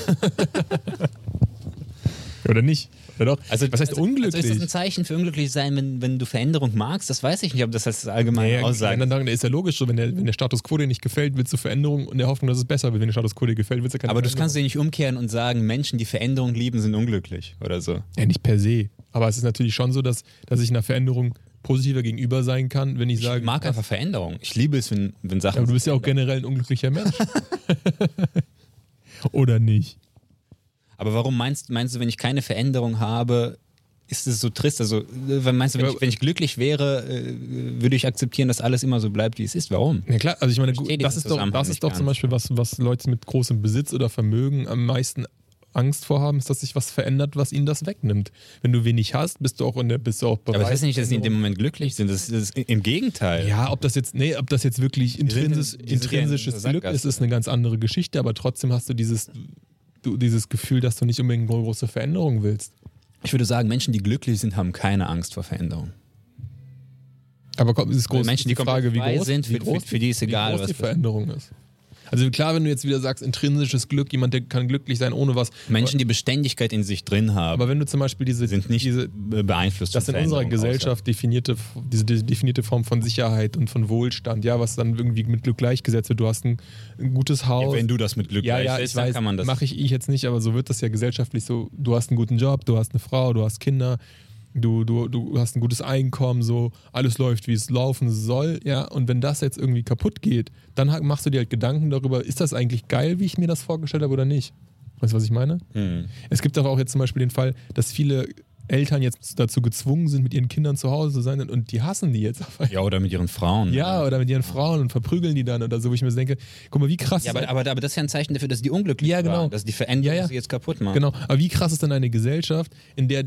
Oder nicht? Oder doch? Also, was heißt unglücklich? Also ist das ein Zeichen für unglücklich sein, wenn du Veränderung magst? Das weiß ich nicht, ob das als allgemeine Aussage ist. Dann ist ja logisch so, wenn der Status quo dir nicht gefällt, willst du Veränderung in der Hoffnung, dass es besser wird. Wenn der Status quo dir gefällt, willst du keine Aber Veränderung. das kannst du nicht umkehren und sagen, Menschen, die Veränderung lieben, sind unglücklich oder so. Ja, nicht per se. Aber es ist natürlich schon so, dass ich einer Veränderung positiver gegenüber sein kann, wenn ich sage... Ich mag einfach Veränderung. Ich liebe es, wenn Sachen... Aber du bist ja auch generell ein unglücklicher Mensch. Oder nicht? Aber warum meinst du, wenn ich keine Veränderung habe, ist es so trist? Also, meinst du, wenn ich glücklich wäre, würde ich akzeptieren, dass alles immer so bleibt, wie es ist? Warum? Ja klar, also ich meine, das ist doch zum Beispiel was Leute mit großem Besitz oder Vermögen am meisten Angst vorhaben, ist, dass sich was verändert, was ihnen das wegnimmt. Wenn du wenig hast, bist du auch bereit. Aber das heißt nicht, dass sie in dem Moment glücklich sind. Das ist im Gegenteil. Ja, ob das jetzt wirklich intrinsisches Glück ist eine ganz andere Geschichte, aber trotzdem hast du dieses Gefühl, dass du nicht unbedingt eine große Veränderung willst. Ich würde sagen, Menschen, die glücklich sind, haben keine Angst vor Veränderung. Aber ist Menschen, die Frage, wie groß sind, für die ist egal, was die Veränderung ist. Also klar, wenn du jetzt wieder sagst, intrinsisches Glück, jemand, der kann glücklich sein ohne was. Menschen, die Beständigkeit in sich drin haben. Aber wenn du zum Beispiel sind nicht beeinflusst. Das in unserer Gesellschaft diese definierte Form von Sicherheit und von Wohlstand, ja, was dann irgendwie mit Glück gleichgesetzt wird. Du hast ein gutes Haus. Ja, wenn du das mit Glück gleichsetzt, dann kann man das. Mache ich jetzt nicht, aber so wird das ja gesellschaftlich so. Du hast einen guten Job, du hast eine Frau, du hast Kinder. Du hast ein gutes Einkommen, so alles läuft, wie es laufen soll, ja. Und wenn das jetzt irgendwie kaputt geht, dann machst du dir halt Gedanken darüber, ist das eigentlich geil, wie ich mir das vorgestellt habe oder nicht? Weißt du, was ich meine? Mhm. Es gibt aber auch jetzt zum Beispiel den Fall, dass viele Eltern jetzt dazu gezwungen sind, mit ihren Kindern zu Hause zu sein und die hassen die jetzt. Ja, oder mit ihren Frauen. Ja, oder mit ihren Frauen und verprügeln die dann oder so, wo ich mir denke, guck mal, wie krass. Ja, aber das ist ja ein Zeichen dafür, dass die unglücklich waren, dass die Veränderung sie jetzt kaputt machen. Genau, aber wie krass ist denn eine Gesellschaft, in der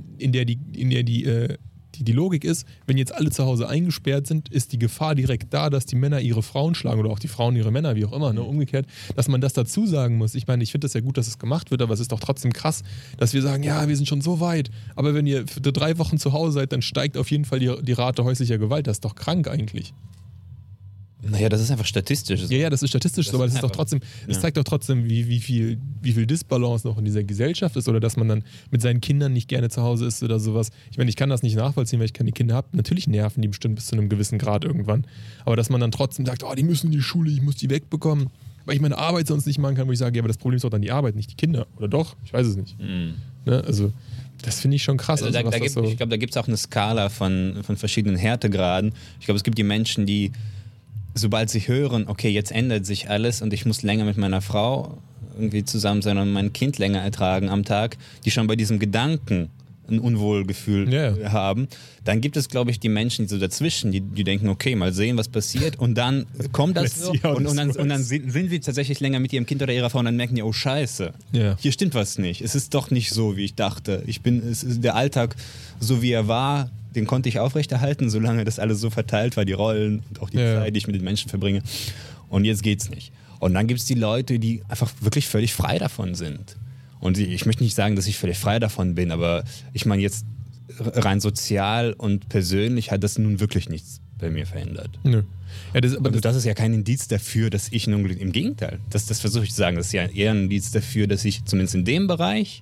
die Logik ist, wenn jetzt alle zu Hause eingesperrt sind, ist die Gefahr direkt da, dass die Männer ihre Frauen schlagen oder auch die Frauen ihre Männer, wie auch immer, ne? Umgekehrt, dass man das dazu sagen muss. Ich meine, ich finde das ja gut, dass es gemacht wird, aber es ist doch trotzdem krass, dass wir sagen, ja, wir sind schon so weit, aber wenn ihr für 3 Wochen zu Hause seid, dann steigt auf jeden Fall die Rate häuslicher Gewalt. Das ist doch krank eigentlich. Naja, das ist einfach statistisch. Ja, das ist statistisch so, aber das ist doch trotzdem, das zeigt doch trotzdem, wie viel Disbalance noch in dieser Gesellschaft ist oder dass man dann mit seinen Kindern nicht gerne zu Hause ist oder sowas. Ich meine, ich kann das nicht nachvollziehen, weil ich keine Kinder habe. Natürlich nerven die bestimmt bis zu einem gewissen Grad irgendwann. Aber dass man dann trotzdem sagt, oh, die müssen in die Schule, ich muss die wegbekommen, weil ich meine Arbeit sonst nicht machen kann, wo ich sage, ja, aber das Problem ist doch dann die Arbeit, nicht die Kinder. Oder doch? Ich weiß es nicht. Mhm. Ne? Also, das finde ich schon krass. Ich glaube, da gibt es auch eine Skala von verschiedenen Härtegraden. Ich glaube, es gibt die Menschen, die sobald sie hören, okay, jetzt ändert sich alles und ich muss länger mit meiner Frau irgendwie zusammen sein und mein Kind länger ertragen am Tag, die schon bei diesem Gedanken ein Unwohlgefühl haben. Dann gibt es, glaube ich, die Menschen, die so dazwischen, die denken, okay, mal sehen, was passiert. Und dann kommt das so und dann sind sie tatsächlich länger mit ihrem Kind oder ihrer Frau und dann merken die, oh Scheiße, hier stimmt was nicht. Es ist doch nicht so, wie ich dachte. Es ist der Alltag, so wie er war, den konnte ich aufrechterhalten, solange das alles so verteilt war, die Rollen und auch die Zeit, die ich mit den Menschen verbringe. Und jetzt geht's nicht. Und dann gibt es die Leute, die einfach wirklich völlig frei davon sind. Und ich möchte nicht sagen, dass ich völlig frei davon bin, aber ich meine jetzt rein sozial und persönlich hat das nun wirklich nichts bei mir verändert. Nö. Ja, das ist ja kein Indiz dafür, dass ich nun, im Gegenteil, das versuche ich zu sagen, das ist ja eher ein Indiz dafür, dass ich zumindest in dem Bereich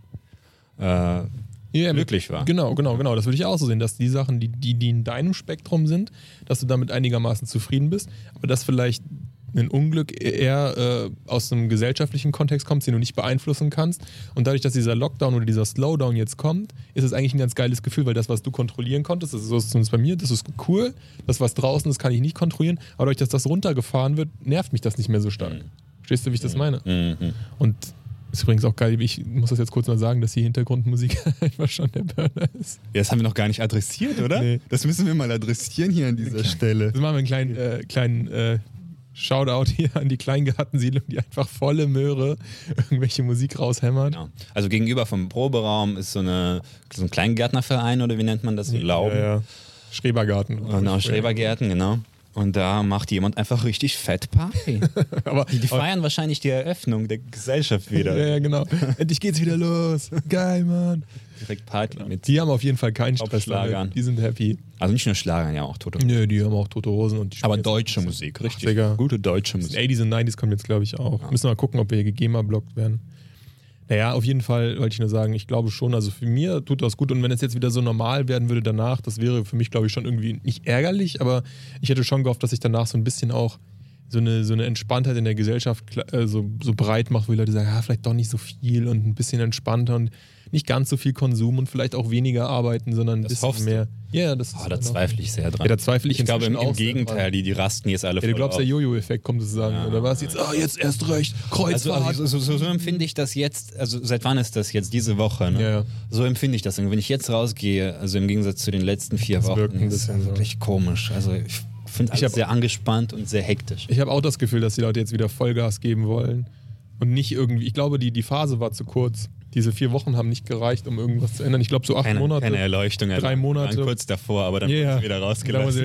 glücklich war. Genau. Das würde ich auch so sehen, dass die Sachen, die in deinem Spektrum sind, dass du damit einigermaßen zufrieden bist, aber dass vielleicht ein Unglück eher aus einem gesellschaftlichen Kontext kommt, den du nicht beeinflussen kannst. Und dadurch, dass dieser Lockdown oder dieser Slowdown jetzt kommt, ist es eigentlich ein ganz geiles Gefühl, weil das, was du kontrollieren konntest, das ist so zumindest bei mir, das ist cool. Das, was draußen ist, kann ich nicht kontrollieren. Aber dadurch, dass das runtergefahren wird, nervt mich das nicht mehr so stark. Verstehst du, wie ich das meine? Und ist übrigens auch geil, ich muss das jetzt kurz mal sagen, dass die Hintergrundmusik einfach schon der Burner ist. Ja, das haben wir noch gar nicht adressiert, oder? Nee. Das müssen wir mal adressieren hier an dieser Stelle. Das machen wir einen kleinen Shoutout hier an die Kleingartensiedlung, die einfach volle Möhre irgendwelche Musik raushämmert. Genau. Also gegenüber vom Proberaum ist so ein Kleingärtnerverein oder wie nennt man das? Lauben. Ja. Schrebergarten. Genau, Schrebergärten, genau. Und da macht jemand einfach richtig fett Party. Aber die feiern wahrscheinlich die Eröffnung der Gesellschaft wieder. Ja, genau. Endlich geht's wieder los. Geil, Mann. Direkt Party mit. Die haben auf jeden Fall keinen Stress. Schlagern. Die sind happy. Also nicht nur Schlagern, ja auch Tote Hosen. Nö, die haben auch Tote Hosen. Und die aber deutsche Musik, richtig. Gute deutsche Musik. 80s und 90s kommen jetzt, glaube ich, auch. Ja. Müssen wir mal gucken, ob wir hier GEMA-blockt werden. Naja, auf jeden Fall wollte ich nur sagen, ich glaube schon, also für mir tut das gut und wenn es jetzt wieder so normal werden würde danach, das wäre für mich, glaube ich, schon irgendwie nicht ärgerlich, aber ich hätte schon gehofft, dass ich danach so ein bisschen auch so eine Entspanntheit in der Gesellschaft so breit macht, wo die Leute sagen, ja, vielleicht doch nicht so viel und ein bisschen entspannter und nicht ganz so viel Konsum und vielleicht auch weniger arbeiten, sondern ein bisschen mehr. Ja, das da zweifle ich sehr dran. Ja, da zweifle ich glaube im Gegenteil, die rasten jetzt alle voll du glaubst, der Jojo-Effekt kommt sozusagen, oder was? Jetzt erst recht, Kreuzfahrt. Also so empfinde ich das jetzt, also seit wann ist das jetzt, diese Woche? Ne? Ja. So empfinde ich das. Und wenn ich jetzt rausgehe, also im Gegensatz zu den letzten 4 Wochen, ist das wirklich komisch. Also ich finde alles sehr angespannt und sehr hektisch. Ich habe auch das Gefühl, dass die Leute jetzt wieder Vollgas geben wollen und nicht irgendwie, ich glaube, die Phase war zu kurz. Diese 4 Wochen haben nicht gereicht, um irgendwas zu ändern. Ich glaube, so 8 Monate. Keine Erleuchtung. 3 Monate. Waren kurz davor, aber dann wurde es wieder rausgelassen.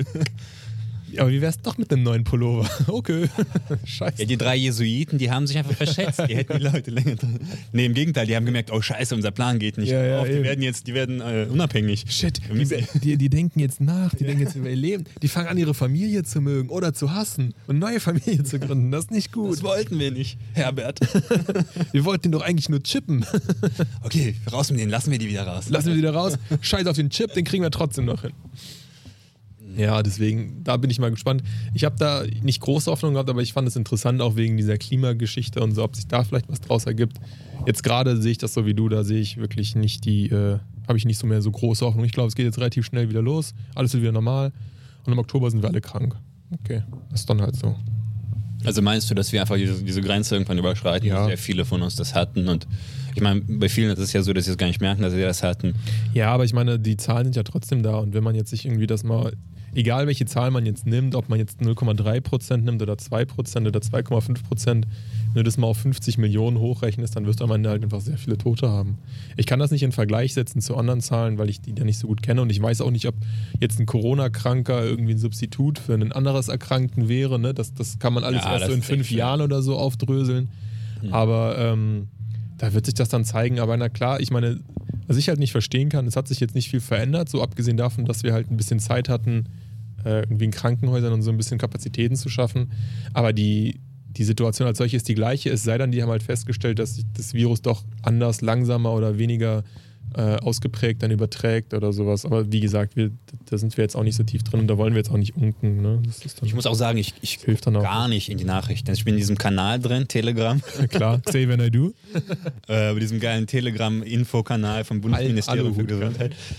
Aber wie wär's doch mit einem neuen Pullover? Okay. Scheiße. Ja, die 3 Jesuiten, die haben sich einfach verschätzt. Die hätten die Leute länger drin. Nee, im Gegenteil, die haben gemerkt, oh Scheiße, unser Plan geht nicht auf. Die werden unabhängig. Shit, die denken jetzt nach, die denken jetzt über ihr Leben. Die fangen an, ihre Familie zu mögen oder zu hassen und eine neue Familie zu gründen. Das ist nicht gut. Das wollten wir nicht, Herbert. Wir wollten den doch eigentlich nur chippen. Okay, raus mit denen, lassen wir die wieder raus. Lassen wir die wieder raus. Scheiß auf den Chip, den kriegen wir trotzdem noch hin. Ja, deswegen, da bin ich mal gespannt. Ich habe da nicht große Hoffnung gehabt, aber ich fand es interessant, auch wegen dieser Klimageschichte und so, ob sich da vielleicht was draus ergibt. Jetzt gerade sehe ich das so wie du, da sehe ich wirklich nicht habe ich nicht so mehr so große Hoffnung. Ich glaube, es geht jetzt relativ schnell wieder los, alles wird wieder normal und im Oktober sind wir alle krank. Okay, das ist dann halt so. Also meinst du, dass wir einfach diese Grenze irgendwann überschreiten, ja. Sehr viele von uns das hatten und ich meine, bei vielen ist es ja so, dass sie es gar nicht merken, dass sie das hatten. Ja, aber ich meine, die Zahlen sind ja trotzdem da und wenn man jetzt sich irgendwie das mal, egal welche Zahl man jetzt nimmt, ob man jetzt 0,3% nimmt oder 2% oder 2,5%, wenn du das mal auf 50 Millionen hochrechnest, dann wirst du am Ende halt einfach sehr viele Tote haben. Ich kann das nicht in Vergleich setzen zu anderen Zahlen, weil ich die ja nicht so gut kenne und ich weiß auch nicht, ob jetzt ein Corona-Kranker irgendwie ein Substitut für ein anderes Erkrankten wäre. Ne? Das kann man alles erst so in 5 Jahren oder so aufdröseln. Aber da wird sich das dann zeigen. Aber na klar, ich meine, was ich halt nicht verstehen kann, es hat sich jetzt nicht viel verändert, so abgesehen davon, dass wir halt ein bisschen Zeit hatten, irgendwie in Krankenhäusern und so ein bisschen Kapazitäten zu schaffen. Aber die Situation als solche ist die gleiche, es sei denn, die haben halt festgestellt, dass sich das Virus doch anders, langsamer oder weniger ausgeprägt dann überträgt oder sowas. Aber wie gesagt, da sind wir jetzt auch nicht so tief drin und da wollen wir jetzt auch nicht unken. Ne? Das ist dann, ich muss auch sagen, ich gucke gar nicht in die Nachrichten. Ich bin in diesem Kanal drin, Telegram. Klar, say when I do. Bei diesem geilen Telegram-Info-Kanal vom Bundesministerium für Gesundheit.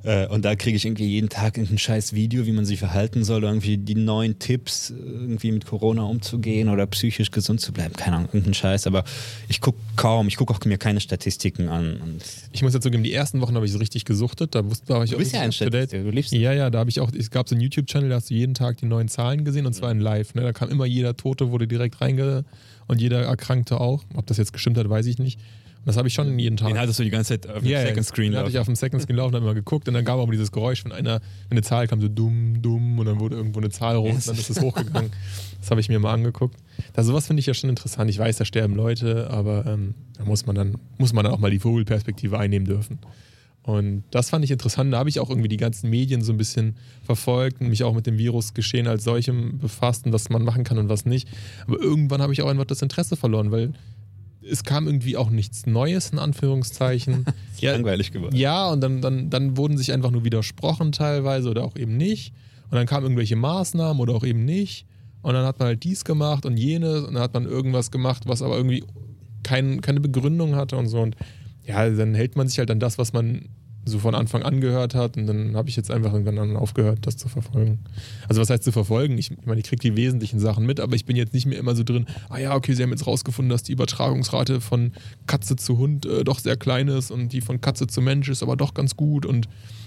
Und da kriege ich irgendwie jeden Tag irgendein scheiß Video, wie man sich verhalten soll, irgendwie die neuen Tipps, irgendwie mit Corona umzugehen oder psychisch gesund zu bleiben. Keine Ahnung, irgendein Scheiß. Aber ich gucke auch mir keine Statistiken an. Und ich muss jetzt zugeben, die ersten Wochen habe ich so richtig gesuchtet. Da war ich du bist ja ein Statistiker, du liebst Ja, da habe ich auch, es gab so einen YouTube-Channel, da hast du jeden Tag die neuen Zahlen gesehen und zwar in live. Ne? Da kam immer jeder Tote, wurde direkt und jeder Erkrankte auch. Ob das jetzt gestimmt hat, weiß ich nicht. Und das habe ich schon jeden Tag. Den hattest du die ganze Zeit auf dem Second Screen laufen. Den hatte ich auf dem Second Screen laufen, habe immer geguckt und dann gab auch immer dieses Geräusch, wenn eine Zahl kam, so dumm und dann wurde irgendwo eine Zahl rot und dann ist es hochgegangen. Das habe ich mir mal angeguckt. Sowas finde ich ja schon interessant. Ich weiß, da sterben Leute, aber da muss man dann auch mal die Vogelperspektive einnehmen dürfen. Und das fand ich interessant. Da habe ich auch irgendwie die ganzen Medien so ein bisschen verfolgt und mich auch mit dem Virusgeschehen als solchem befasst und was man machen kann und was nicht. Aber irgendwann habe ich auch einfach das Interesse verloren, weil es kam irgendwie auch nichts Neues, in Anführungszeichen. Ja, langweilig geworden. Ja, und dann wurden sich einfach nur widersprochen teilweise oder auch eben nicht. Und dann kamen irgendwelche Maßnahmen oder auch eben nicht. Und dann hat man halt dies gemacht und jenes und dann hat man irgendwas gemacht, was aber irgendwie keine Begründung hatte und so. Und ja, dann hält man sich halt an das, was man so von Anfang an gehört hat und dann habe ich jetzt einfach irgendwann dann aufgehört, das zu verfolgen. Also was heißt zu verfolgen? Ich meine, ich kriege die wesentlichen Sachen mit, aber ich bin jetzt nicht mehr immer so drin, okay, sie haben jetzt rausgefunden, dass die Übertragungsrate von Katze zu Hund doch sehr klein ist und die von Katze zu Mensch ist aber doch ganz gut und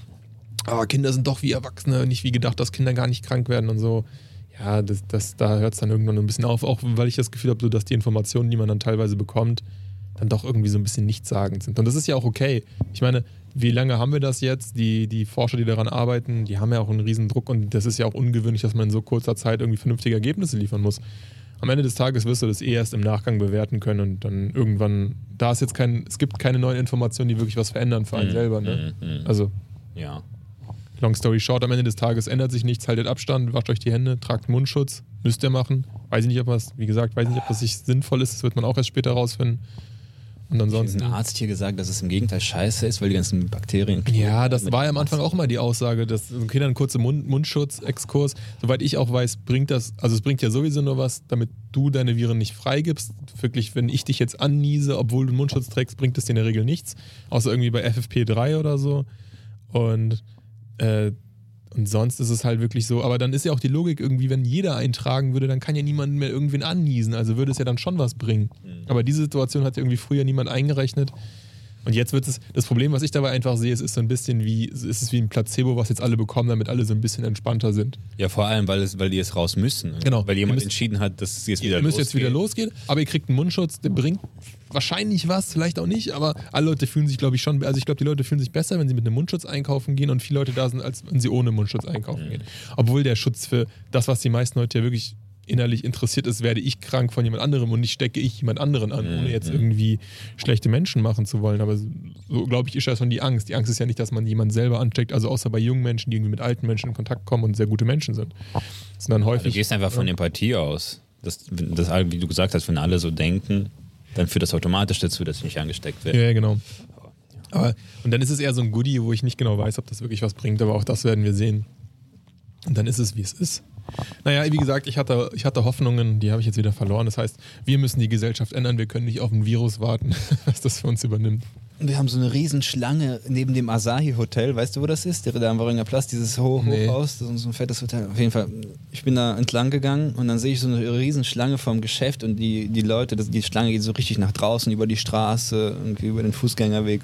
Kinder sind doch wie Erwachsene, nicht wie gedacht, dass Kinder gar nicht krank werden und so. Ja, da hört es dann irgendwann ein bisschen auf, auch weil ich das Gefühl habe, so, dass die Informationen, die man dann teilweise bekommt, dann doch irgendwie so ein bisschen nichtssagend sind. Und das ist ja auch okay. Ich meine, wie lange haben wir das jetzt? Die Forscher, die daran arbeiten, die haben ja auch einen riesen Druck und das ist ja auch ungewöhnlich, dass man in so kurzer Zeit irgendwie vernünftige Ergebnisse liefern muss. Am Ende des Tages wirst du das erst im Nachgang bewerten können und dann irgendwann, es gibt keine neuen Informationen, die wirklich was verändern für einen selber. Ne? Also, ja. Long story short, am Ende des Tages ändert sich nichts, haltet Abstand, wascht euch die Hände, tragt Mundschutz, müsst ihr machen. Weiß ich nicht, ob das sinnvoll ist, das wird man auch erst später rausfinden. Und ansonsten. Hat ein Arzt hier gesagt, dass es im Gegenteil scheiße ist, weil die ganzen Bakterien. Ja, das war ja am Anfang auch mal die Aussage, dass okay, dann ein kurzer Mundschutz-Exkurs. Soweit ich auch weiß, es bringt ja sowieso nur was, damit du deine Viren nicht freigibst. Wirklich, wenn ich dich jetzt anniese, obwohl du einen Mundschutz trägst, bringt das dir in der Regel nichts. Außer irgendwie bei FFP3 oder so. Und sonst ist es halt wirklich so, aber dann ist ja auch die Logik irgendwie, wenn jeder eintragen würde, dann kann ja niemand mehr irgendwen anniesen, also würde es ja dann schon was bringen. Aber diese Situation hat ja irgendwie früher niemand eingerechnet und jetzt wird es, das Problem, was ich dabei einfach sehe, es ist so ein bisschen wie ein Placebo, was jetzt alle bekommen, damit alle so ein bisschen entspannter sind. Ja, vor allem, weil die jetzt raus müssen. Genau. Weil jemand entschieden hat, dass es jetzt wieder losgeht, aber ihr kriegt einen Mundschutz, der bringt wahrscheinlich was, vielleicht auch nicht, aber alle Leute fühlen sich, glaube ich, schon, also ich glaube, die Leute fühlen sich besser, wenn sie mit einem Mundschutz einkaufen gehen und viele Leute da sind, als wenn sie ohne Mundschutz einkaufen gehen. Obwohl der Schutz für das, was die meisten Leute ja wirklich innerlich interessiert ist, werde ich krank von jemand anderem und nicht stecke ich jemand anderen an, ohne jetzt irgendwie schlechte Menschen machen zu wollen. Aber so, glaube ich, ist ja schon die Angst. Die Angst ist ja nicht, dass man jemanden selber ansteckt, also außer bei jungen Menschen, die irgendwie mit alten Menschen in Kontakt kommen und sehr gute Menschen sind. Das sind dann häufig, du gehst einfach von Empathie aus. Das, wie du gesagt hast, wenn alle so denken, dann führt das automatisch dazu, dass ich nicht angesteckt werde. Ja, genau. Und dann ist es eher so ein Goodie, wo ich nicht genau weiß, ob das wirklich was bringt, aber auch das werden wir sehen. Und dann ist es, wie es ist. Naja, wie gesagt, ich hatte Hoffnungen, die habe ich jetzt wieder verloren. Das heißt, wir müssen die Gesellschaft ändern, wir können nicht auf ein Virus warten, was das für uns übernimmt. Wir haben so eine Riesenschlange neben dem Asahi Hotel, weißt du, wo das ist? Der da am Waringer Platz, dieses Hochhaus, das ist so ein fettes Hotel. Auf jeden Fall, ich bin da entlang gegangen und dann sehe ich so eine Riesenschlange vorm Geschäft und die Leute, die Schlange geht so richtig nach draußen über die Straße, irgendwie über den Fußgängerweg.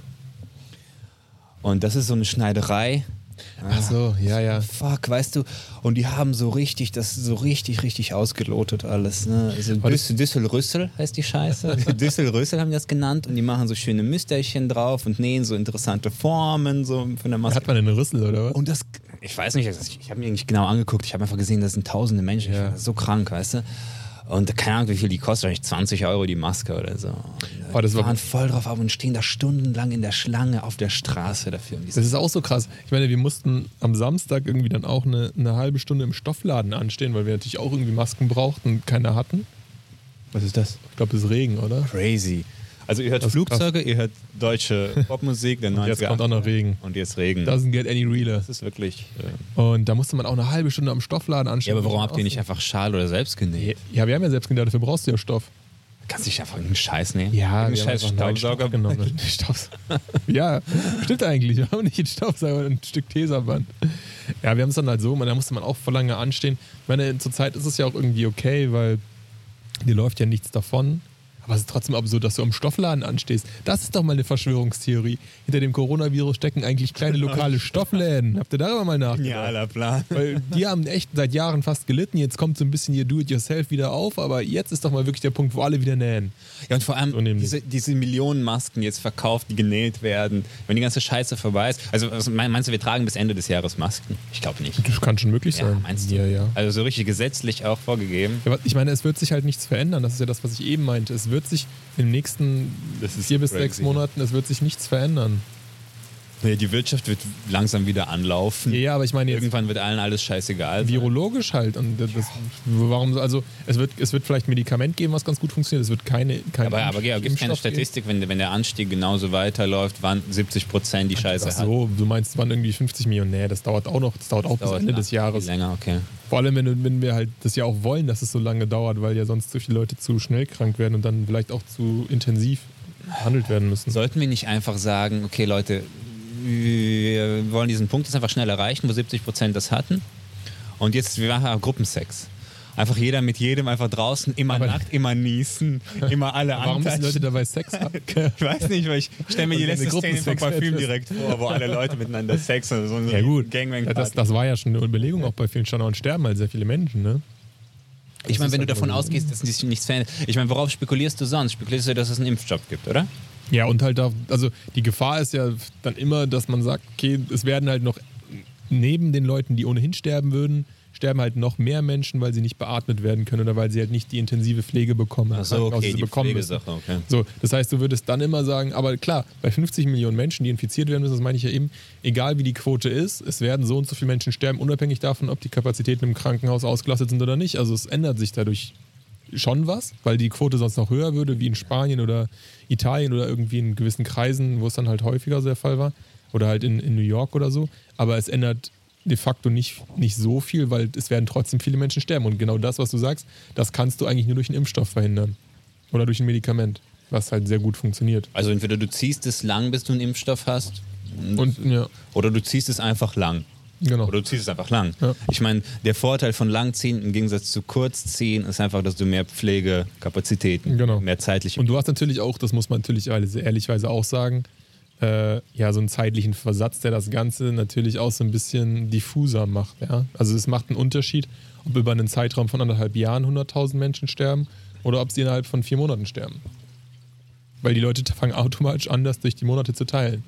Und das ist so eine Schneiderei. Ach so, ja. Fuck, weißt du, und die haben so richtig ausgelotet alles. Ne? Also Düsselrüssel heißt die Scheiße. Düsselrüssel haben die das genannt und die machen so schöne Müsterchen drauf und nähen so interessante Formen so von der Maske. Hat man einen Rüssel oder was? Und das, ich weiß nicht, ich habe mir nicht genau angeguckt, ich habe einfach gesehen, das sind tausende Menschen, ja. So krank, weißt du. Und keine Ahnung, wie viel die kostet, eigentlich 20 € die Maske oder so. Die waren voll drauf ab und stehen da stundenlang in der Schlange auf der Straße dafür. Das ist auch so krass. Ich meine, wir mussten am Samstag irgendwie dann auch eine halbe Stunde im Stoffladen anstehen, weil wir natürlich auch irgendwie Masken brauchten und keine hatten. Was ist das? Ich glaube, das ist Regen, oder? Crazy. Also ihr hört Flugzeuge, ihr hört deutsche Popmusik, der 90er. Und jetzt kommt auch noch Regen. Und jetzt Regen. Doesn't get any realer. Das ist wirklich... Und da musste man auch eine halbe Stunde am Stoffladen anstehen. Ja, aber warum habt ihr nicht einfach Schal oder selbst genäht? Ja, wir haben ja selbst genäht, dafür brauchst du ja Stoff. Kannst du nicht einfach einen Scheiß nehmen? Ja, einen Scheiß Staubsauger genommen. Ja, stimmt eigentlich. Wir haben nicht einen Staubsauger, ein Stück Tesaband. Ja, wir haben es dann halt so, da musste man auch vor lange anstehen. Ich meine, zurzeit ist es ja auch irgendwie okay, weil dir läuft ja nichts davon. Aber es ist trotzdem absurd, dass du am Stoffladen anstehst. Das ist doch mal eine Verschwörungstheorie. Hinter dem Coronavirus stecken eigentlich kleine lokale Stoffläden. Habt ihr darüber mal nachgedacht? Genialer Plan. Weil die haben echt seit Jahren fast gelitten. Jetzt kommt so ein bisschen ihr Do-it-yourself wieder auf. Aber jetzt ist doch mal wirklich der Punkt, wo alle wieder nähen. Ja, und vor allem so diese Millionen Masken jetzt verkauft, die genäht werden, wenn die ganze Scheiße vorbei ist. Also meinst du, wir tragen bis Ende des Jahres Masken? Ich glaube nicht. Das kann schon möglich sein. Meinst du? Ja. Also so richtig gesetzlich auch vorgegeben. Ja, ich meine, es wird sich halt nichts verändern. Das ist ja das, was ich eben meinte. Es wird sich in den nächsten 4 bis 6 Monaten, es wird sich nichts verändern. Ja, die Wirtschaft wird langsam wieder anlaufen. Ja, aber ich meine jetzt irgendwann wird allen alles scheißegal. Virologisch halt. Und warum? Also es wird vielleicht ein Medikament geben, was ganz gut funktioniert. Es wird keine aber gibt es keine Statistik, wenn der Anstieg genauso weiterläuft, wann 70% die Scheiße hat? Ach so, du meinst, wann irgendwie 50 Millionen? Nee, das dauert auch noch. Das dauert auch bis Ende des Jahres. Länger, okay. Vor allem, wenn wir halt das ja auch wollen, dass es so lange dauert, weil ja sonst zu viele Leute zu schnell krank werden und dann vielleicht auch zu intensiv behandelt werden müssen. Sollten wir nicht einfach sagen, okay Leute, wir wollen diesen Punkt jetzt einfach schnell erreichen, wo 70% das hatten. Und jetzt, wir machen Gruppensex. Einfach jeder mit jedem einfach draußen, immer nackt, immer niesen, immer alle antatschen. Warum müssen Leute dabei Sex haben? Ich weiß nicht, weil ich stelle mir die letzte Szene von Parfüm direkt vor, wo alle Leute miteinander Sex und so ein ja, gut. Gangbang. Ja, das war ja schon eine Überlegung auch bei vielen Standorten, sterben halt sehr viele Menschen, ne? Ich meine, wenn du davon ausgehst, dass sich nichts verändert. Ich meine, worauf spekulierst du sonst? Spekulierst du, dass es einen Impfstoff gibt, oder? Ja, und halt also die Gefahr ist ja dann immer, dass man sagt, okay, es werden halt noch neben den Leuten, die ohnehin sterben würden, sterben halt noch mehr Menschen, weil sie nicht beatmet werden können oder weil sie halt nicht die intensive Pflege bekommen. Ach so, okay, die Pflegesache, okay. So, das heißt, du würdest dann immer sagen, aber klar, bei 50 Millionen Menschen, die infiziert werden müssen, das meine ich ja eben, egal wie die Quote ist, es werden so und so viele Menschen sterben, unabhängig davon, ob die Kapazitäten im Krankenhaus ausgelastet sind oder nicht. Also es ändert sich dadurch schon was, weil die Quote sonst noch höher würde, wie in Spanien oder Italien oder irgendwie in gewissen Kreisen, wo es dann halt häufiger so der Fall war. Oder halt in New York oder so. Aber es ändert de facto nicht so viel, weil es werden trotzdem viele Menschen sterben. Und genau das, was du sagst, das kannst du eigentlich nur durch einen Impfstoff verhindern. Oder durch ein Medikament, was halt sehr gut funktioniert. Also entweder du ziehst es lang, bis du einen Impfstoff hast. Oder du ziehst es einfach lang. Genau. Oder du ziehst es einfach lang. Ja. Ich meine, der Vorteil von Langziehen im Gegensatz zu Kurzziehen ist einfach, dass du mehr Pflegekapazitäten, mehr zeitliche... Und du hast natürlich auch, das muss man natürlich ehrlichweise auch sagen, so einen zeitlichen Versatz, der das Ganze natürlich auch so ein bisschen diffuser macht. Ja? Also es macht einen Unterschied, ob über einen Zeitraum von 1,5 Jahren 100.000 Menschen sterben oder ob sie innerhalb von 4 Monaten sterben. Weil die Leute fangen automatisch an, das durch die Monate zu teilen.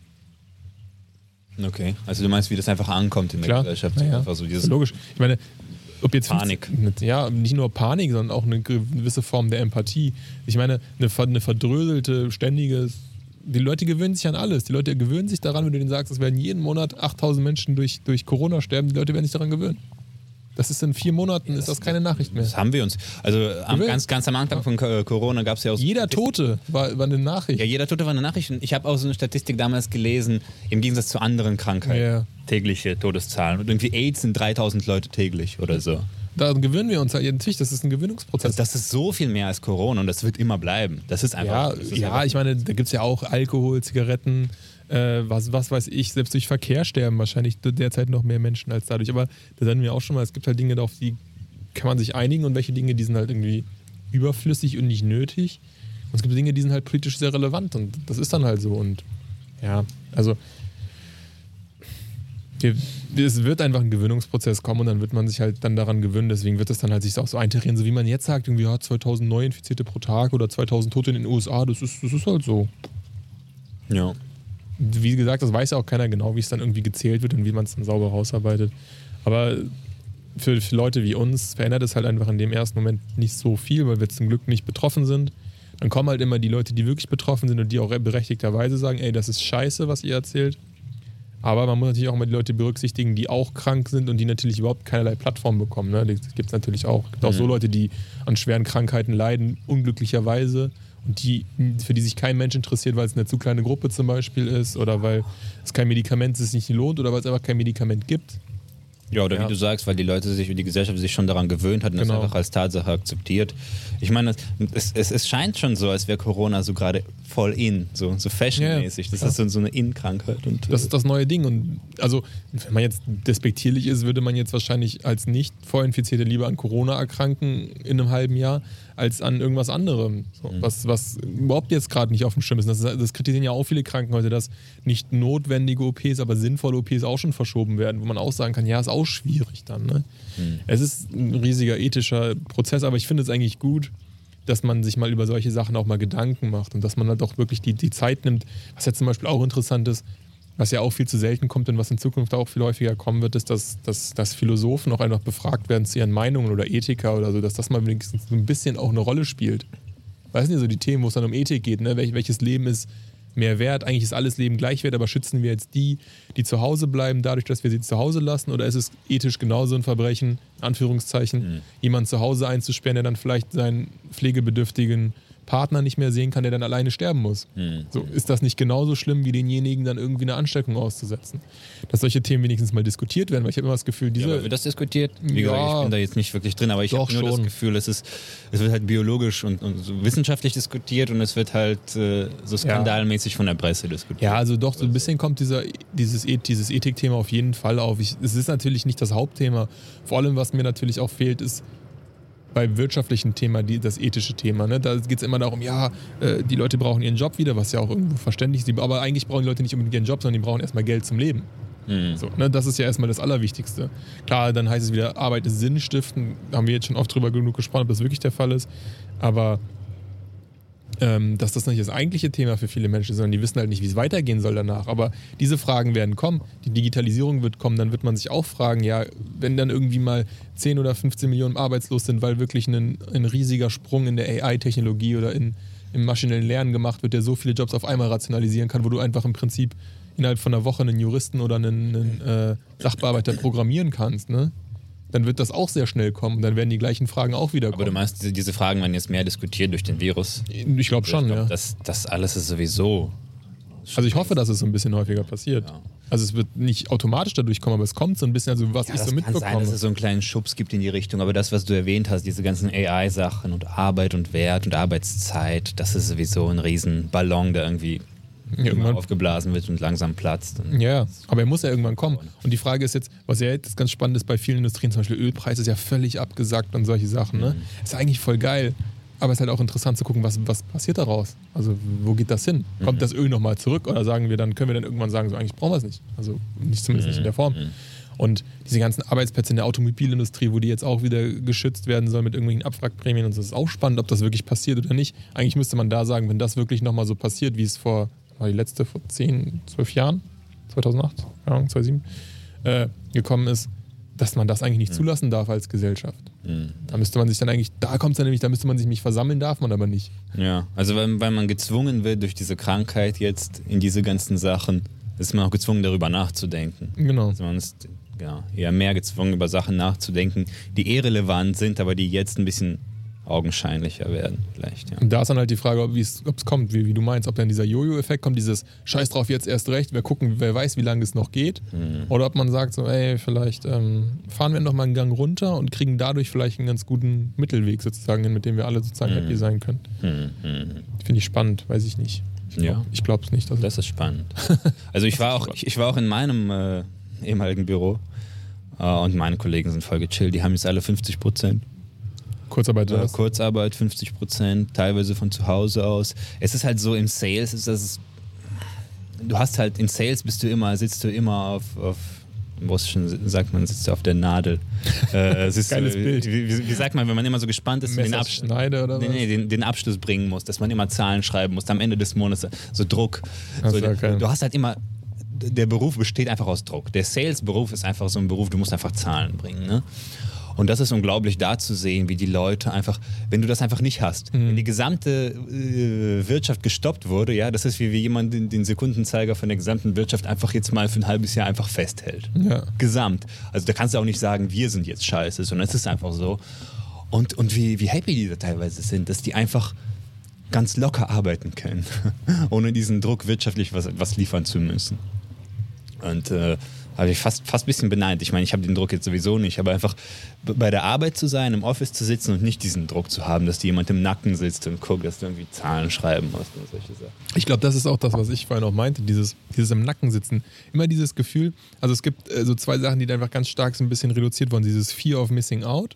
Okay, also du meinst, wie das einfach ankommt in der Gesellschaft? Ja. Einfach so dieses logisch. Ich meine, ob jetzt Panik. Nicht nur Panik, sondern auch eine gewisse Form der Empathie. Ich meine, eine verdröselte, die Leute gewöhnen sich an alles. Die Leute gewöhnen sich daran, wenn du denen sagst, es werden jeden Monat 8.000 Menschen durch Corona sterben. Die Leute werden sich daran gewöhnen. Das ist in 4 Monaten, ist das keine Nachricht mehr. Das haben wir uns. Also ganz am Anfang von Corona gab es ja auch... Jeder Tote war eine Nachricht. Ja, jeder Tote war eine Nachricht. Und ich habe auch so eine Statistik damals gelesen, im Gegensatz zu anderen Krankheiten. Tägliche Todeszahlen. Und irgendwie AIDS sind 3.000 Leute täglich oder so. Da gewöhnen wir uns halt. Natürlich, das ist ein Gewöhnungsprozess. Das ist so viel mehr als Corona und das wird immer bleiben. Das ist einfach... Ich meine, da gibt es ja auch Alkohol, Zigaretten... was weiß ich, selbst durch Verkehr sterben wahrscheinlich derzeit noch mehr Menschen als dadurch. Aber da sagen wir auch schon mal, es gibt halt Dinge, auf die kann man sich einigen und welche Dinge, die sind halt irgendwie überflüssig und nicht nötig. Und es gibt Dinge, die sind halt politisch sehr relevant und das ist dann halt so. Und ja, also es wird einfach ein Gewöhnungsprozess kommen und dann wird man sich halt dann daran gewöhnen. Deswegen wird es dann halt sich auch so einterieren, so wie man jetzt sagt, irgendwie 2000 Neuinfizierte pro Tag oder 2000 Tote in den USA. Das ist halt so. Ja. Wie gesagt, das weiß ja auch keiner genau, wie es dann irgendwie gezählt wird und wie man es dann sauber rausarbeitet. Aber für Leute wie uns verändert es halt einfach in dem ersten Moment nicht so viel, weil wir zum Glück nicht betroffen sind. Dann kommen halt immer die Leute, die wirklich betroffen sind und die auch berechtigterweise sagen, ey, das ist scheiße, was ihr erzählt. Aber man muss natürlich auch mal die Leute berücksichtigen, die auch krank sind und die natürlich überhaupt keinerlei Plattform bekommen. Ne? Das gibt es natürlich auch. Es gibt auch so Leute, die an schweren Krankheiten leiden, unglücklicherweise. Und für die sich kein Mensch interessiert, weil es eine zu kleine Gruppe zum Beispiel ist oder weil es kein Medikament sich nicht lohnt oder weil es einfach kein Medikament gibt. Ja, oder wie du sagst, weil die Gesellschaft sich schon daran gewöhnt hat und das einfach als Tatsache akzeptiert. Ich meine, es scheint schon so, als wäre Corona so gerade voll in, so fashionmäßig. Das ist so eine In-Krankheit. Das ist das neue Ding. Und also, wenn man jetzt despektierlich ist, würde man jetzt wahrscheinlich als nicht Vorinfizierte lieber an Corona erkranken in einem halben Jahr, als an irgendwas anderem, was überhaupt jetzt gerade nicht auf dem Schirm ist. Das kritisieren ja auch viele Krankenhäuser, dass nicht notwendige OPs, aber sinnvolle OPs auch schon verschoben werden, wo man auch sagen kann, ja, ist auch schwierig dann. Ne? Es ist ein riesiger ethischer Prozess, aber ich finde es eigentlich gut, dass man sich mal über solche Sachen auch mal Gedanken macht und dass man halt auch wirklich die Zeit nimmt. Was jetzt zum Beispiel auch interessant ist, was ja auch viel zu selten kommt und was in Zukunft auch viel häufiger kommen wird, ist, dass Philosophen auch einfach befragt werden zu ihren Meinungen oder Ethiker oder so, dass das mal wenigstens so ein bisschen auch eine Rolle spielt. Weißt du, so die Themen, wo es dann um Ethik geht, ne? Welches Leben ist mehr wert? Eigentlich ist alles Leben gleich wert, aber schützen wir jetzt die zu Hause bleiben, dadurch, dass wir sie zu Hause lassen? Oder ist es ethisch genauso ein Verbrechen, Anführungszeichen, jemanden zu Hause einzusperren, der dann vielleicht seinen pflegebedürftigen Partner nicht mehr sehen kann, der dann alleine sterben muss. So, ist das nicht genauso schlimm, wie denjenigen dann irgendwie eine Ansteckung auszusetzen? Dass solche Themen wenigstens mal diskutiert werden, weil ich habe immer das Gefühl, aber wird das diskutiert? Wie gesagt, ich bin da jetzt nicht wirklich drin, aber ich habe nur das Gefühl, es wird halt biologisch und so wissenschaftlich diskutiert und es wird halt so skandalmäßig von der Presse diskutiert. Ja, also doch, so ein bisschen kommt dieses Ethikthema auf jeden Fall auf. Es ist natürlich nicht das Hauptthema. Vor allem, was mir natürlich auch fehlt, ist beim wirtschaftlichen Thema das ethische Thema. Ne? Da geht es immer darum, die Leute brauchen ihren Job wieder, was ja auch irgendwo verständlich ist. Aber eigentlich brauchen die Leute nicht unbedingt ihren Job, sondern die brauchen erstmal Geld zum Leben. So, ne? Das ist ja erstmal das Allerwichtigste. Klar, dann heißt es wieder, Arbeit ist Sinnstiften. Da haben wir jetzt schon oft drüber genug gesprochen, ob das wirklich der Fall ist. Aber dass das nicht das eigentliche Thema für viele Menschen ist, sondern die wissen halt nicht, wie es weitergehen soll danach. Aber diese Fragen werden kommen, die Digitalisierung wird kommen, dann wird man sich auch fragen, ja, wenn dann irgendwie mal 10 oder 15 Millionen arbeitslos sind, weil wirklich ein riesiger Sprung in der AI-Technologie oder im maschinellen Lernen gemacht wird, der so viele Jobs auf einmal rationalisieren kann, wo du einfach im Prinzip innerhalb von einer Woche einen Juristen oder einen Sachbearbeiter programmieren kannst, ne? Dann wird das auch sehr schnell kommen. Dann werden die gleichen Fragen auch wieder kommen. Aber du meinst, diese Fragen werden jetzt mehr diskutiert durch den Virus? Ich glaube schon, ja. Das alles ist sowieso... Also ich hoffe, dass es so ein bisschen häufiger passiert. Ja. Also es wird nicht automatisch dadurch kommen, aber es kommt so ein bisschen, also was ich so mitbekomme. Kann sein, dass es so einen kleinen Schubs gibt in die Richtung, aber das, was du erwähnt hast, diese ganzen AI-Sachen und Arbeit und Wert und Arbeitszeit, das ist sowieso ein Riesenballon, der irgendwie aufgeblasen wird und langsam platzt. Ja, aber er muss ja irgendwann kommen. Und die Frage ist jetzt, was ja jetzt ganz spannend ist bei vielen Industrien, zum Beispiel Ölpreis ist ja völlig abgesackt und solche Sachen. Ne? Ist eigentlich voll geil. Aber es ist halt auch interessant zu gucken, was passiert daraus? Also wo geht das hin? Kommt das Öl nochmal zurück oder können wir dann irgendwann sagen, so eigentlich brauchen wir es nicht. Also zumindest nicht in der Form. Und diese ganzen Arbeitsplätze in der Automobilindustrie, wo die jetzt auch wieder geschützt werden sollen mit irgendwelchen Abwrackprämien und so, ist auch spannend, ob das wirklich passiert oder nicht. Eigentlich müsste man da sagen, wenn das wirklich nochmal so passiert, wie es vor 10, 12 Jahren, 2008, 2007, gekommen ist, dass man das eigentlich nicht zulassen darf als Gesellschaft. Da müsste man sich dann eigentlich, da müsste man sich nicht versammeln, darf man aber nicht. Ja, also weil man gezwungen wird durch diese Krankheit jetzt in diese ganzen Sachen, ist man auch gezwungen, darüber nachzudenken. Genau. Also man ist eher mehr gezwungen, über Sachen nachzudenken, die irrelevant sind, aber die jetzt ein bisschen augenscheinlicher werden vielleicht. Ja. Und da ist dann halt die Frage, ob es kommt, wie du meinst, ob dann dieser Jojo-Effekt kommt, dieses Scheiß drauf jetzt erst recht, wer weiß, wie lange es noch geht. Oder ob man sagt so, vielleicht fahren wir noch mal einen Gang runter und kriegen dadurch vielleicht einen ganz guten Mittelweg sozusagen hin, mit dem wir alle sozusagen happy sein können. Finde ich spannend, weiß ich nicht. Ich glaube es nicht. Das ist spannend. Also ich war auch in meinem ehemaligen Büro und meine Kollegen sind voll gechillt, die haben jetzt alle 50%. Kurzarbeit, Kurzarbeit 50%, teilweise von zu Hause aus. Es ist halt so, im Sales du hast halt, in Sales sitzt du immer auf sagt man, sitzt du auf der Nadel. Geiles Bild. Wie sagt man, wenn man immer so gespannt ist, den Abschluss bringen muss, dass man immer Zahlen schreiben muss, am Ende des Monats, so Druck. Du hast halt immer, der Beruf besteht einfach aus Druck. Der Sales-Beruf ist einfach so ein Beruf, du musst einfach Zahlen bringen, ne? Und das ist unglaublich da zu sehen, wie die Leute einfach, wenn du das einfach nicht hast, wenn die gesamte Wirtschaft gestoppt wurde, ja, das ist wie jemand den Sekundenzeiger von der gesamten Wirtschaft einfach jetzt mal für ein halbes Jahr einfach festhält. Ja. Gesamt. Also da kannst du auch nicht sagen, wir sind jetzt scheiße, sondern es ist einfach so. Und wie happy die da teilweise sind, dass die einfach ganz locker arbeiten können, ohne diesen Druck wirtschaftlich was liefern zu müssen. Und habe ich fast ein bisschen beneidet. Ich meine, ich habe den Druck jetzt sowieso nicht, aber einfach bei der Arbeit zu sein, im Office zu sitzen und nicht diesen Druck zu haben, dass dir jemand im Nacken sitzt und guckt, dass du irgendwie Zahlen schreiben musst und solche Sachen. Ich glaube, das ist auch das, was ich vorhin auch meinte, dieses im Nacken sitzen. Immer dieses Gefühl, also es gibt so zwei Sachen, die da einfach ganz stark so ein bisschen reduziert wurden. Dieses Fear of Missing Out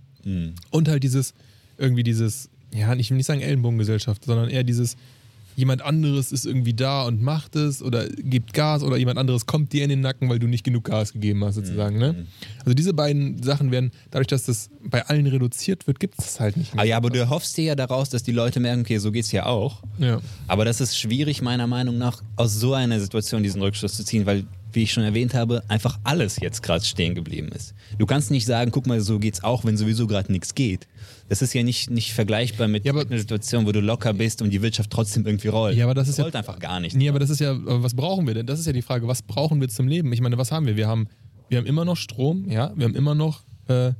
und halt dieses, ja, ich will nicht sagen Ellenbogengesellschaft, sondern eher dieses, jemand anderes ist irgendwie da und macht es oder gibt Gas oder jemand anderes kommt dir in den Nacken, weil du nicht genug Gas gegeben hast, sozusagen. Ne? Also diese beiden Sachen werden, dadurch, dass das bei allen reduziert wird, gibt es das halt nicht mehr. Ja, aber du hoffst dir ja daraus, dass die Leute merken, okay, so geht's ja auch. Ja. Aber das ist schwierig, meiner Meinung nach, aus so einer Situation diesen Rückschluss zu ziehen, weil, wie ich schon erwähnt habe, einfach alles jetzt gerade stehen geblieben ist. Du kannst nicht sagen, guck mal, so geht's auch, wenn sowieso gerade nichts geht. Das ist ja nicht vergleichbar mit einer Situation, wo du locker bist und die Wirtschaft trotzdem irgendwie rollt. Ja, aber das rollt einfach gar nicht. Nee, aber das ist ja, was brauchen wir denn? Das ist ja die Frage, was brauchen wir zum Leben? Ich meine, was haben wir? Wir haben immer noch Strom, ja, wir haben immer noch wir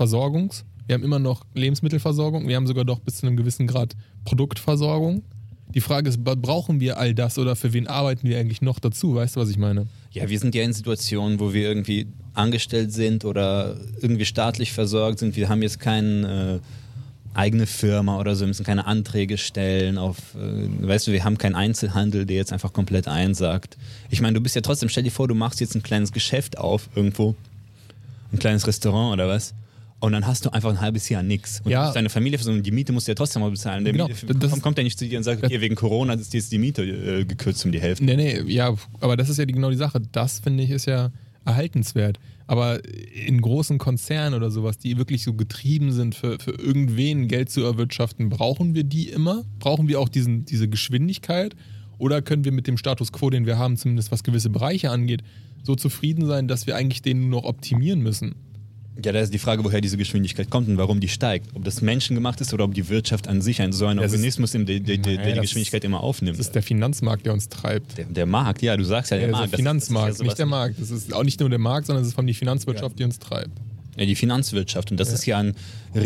haben immer noch Lebensmittelversorgung, wir haben sogar doch bis zu einem gewissen Grad Produktversorgung. Die Frage ist, brauchen wir all das oder für wen arbeiten wir eigentlich noch dazu? Weißt du, was ich meine? Ja, wir sind ja in Situationen, wo wir irgendwie angestellt sind oder irgendwie staatlich versorgt sind. Wir haben jetzt keine eigene Firma oder so, müssen keine Anträge stellen auf, weißt du, wir haben keinen Einzelhandel, der jetzt einfach komplett einsagt. Ich meine, du bist ja trotzdem, stell dir vor, du machst jetzt ein kleines Geschäft auf irgendwo, ein kleines Restaurant oder was. Und dann hast du einfach ein halbes Jahr nichts. Und du musst deine Familie versorgen. Die Miete musst du ja trotzdem mal bezahlen. Der kommt ja nicht zu dir und sagt, okay, wegen Corona ist jetzt die Miete gekürzt um die Hälfte. Nee, ja, aber das ist ja genau die Sache. Das, finde ich, ist ja erhaltenswert. Aber in großen Konzernen oder sowas, die wirklich so getrieben sind, für irgendwen Geld zu erwirtschaften, brauchen wir die immer? Brauchen wir auch diese Geschwindigkeit? Oder können wir mit dem Status quo, den wir haben, zumindest was gewisse Bereiche angeht, so zufrieden sein, dass wir eigentlich den nur noch optimieren müssen? Ja, da ist die Frage, woher diese Geschwindigkeit kommt und warum die steigt. Ob das menschengemacht ist oder ob die Wirtschaft an sich so ein Organismus ist, der die Geschwindigkeit immer aufnimmt. Das ist der Finanzmarkt, der uns treibt. Der Markt, ja, du sagst ja der Markt. Der Finanzmarkt, das ist ja nicht der Markt. Das ist auch nicht nur der Markt, sondern es ist vor allem die Finanzwirtschaft, die uns treibt. Ja, die Finanzwirtschaft. Und das ist ja so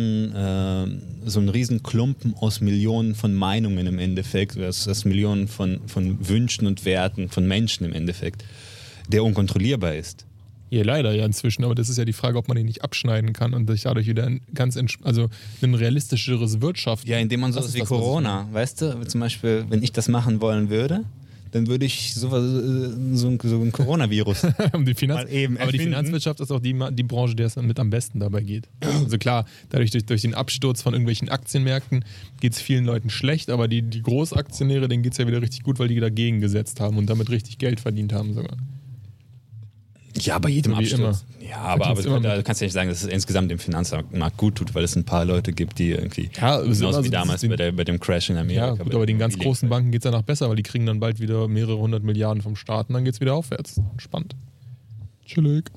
ein Riesenklumpen aus Millionen von Meinungen im Endeffekt. Das ist Millionen von Wünschen und Werten von Menschen im Endeffekt, der unkontrollierbar ist. Ja, leider ja inzwischen, aber das ist ja die Frage, ob man ihn nicht abschneiden kann und sich dadurch wieder ein realistischeres Wirtschaften. Ja, indem man sowas wie Corona, weißt du, zum Beispiel, wenn ich das machen wollen würde, dann würde ich so ein Coronavirus aber die Finanzwirtschaft ist auch die Branche, der es mit am besten dabei geht. Also klar, durch den Absturz von irgendwelchen Aktienmärkten geht es vielen Leuten schlecht, aber die Großaktionäre, denen geht es ja wieder richtig gut, weil die dagegen gesetzt haben und damit richtig Geld verdient haben sogar. Ja, bei jedem Absturz. Ja, aber da kannst du ja nicht sagen, dass es insgesamt dem Finanzmarkt gut tut, weil es ein paar Leute gibt, die irgendwie genauso wie damals bei dem Crash in Amerika. Ja, gut, aber den ganz großen Banken geht es danach besser, weil die kriegen dann bald wieder mehrere 100 Milliarden vom Staat und dann geht es wieder aufwärts. Spannend. Chillig.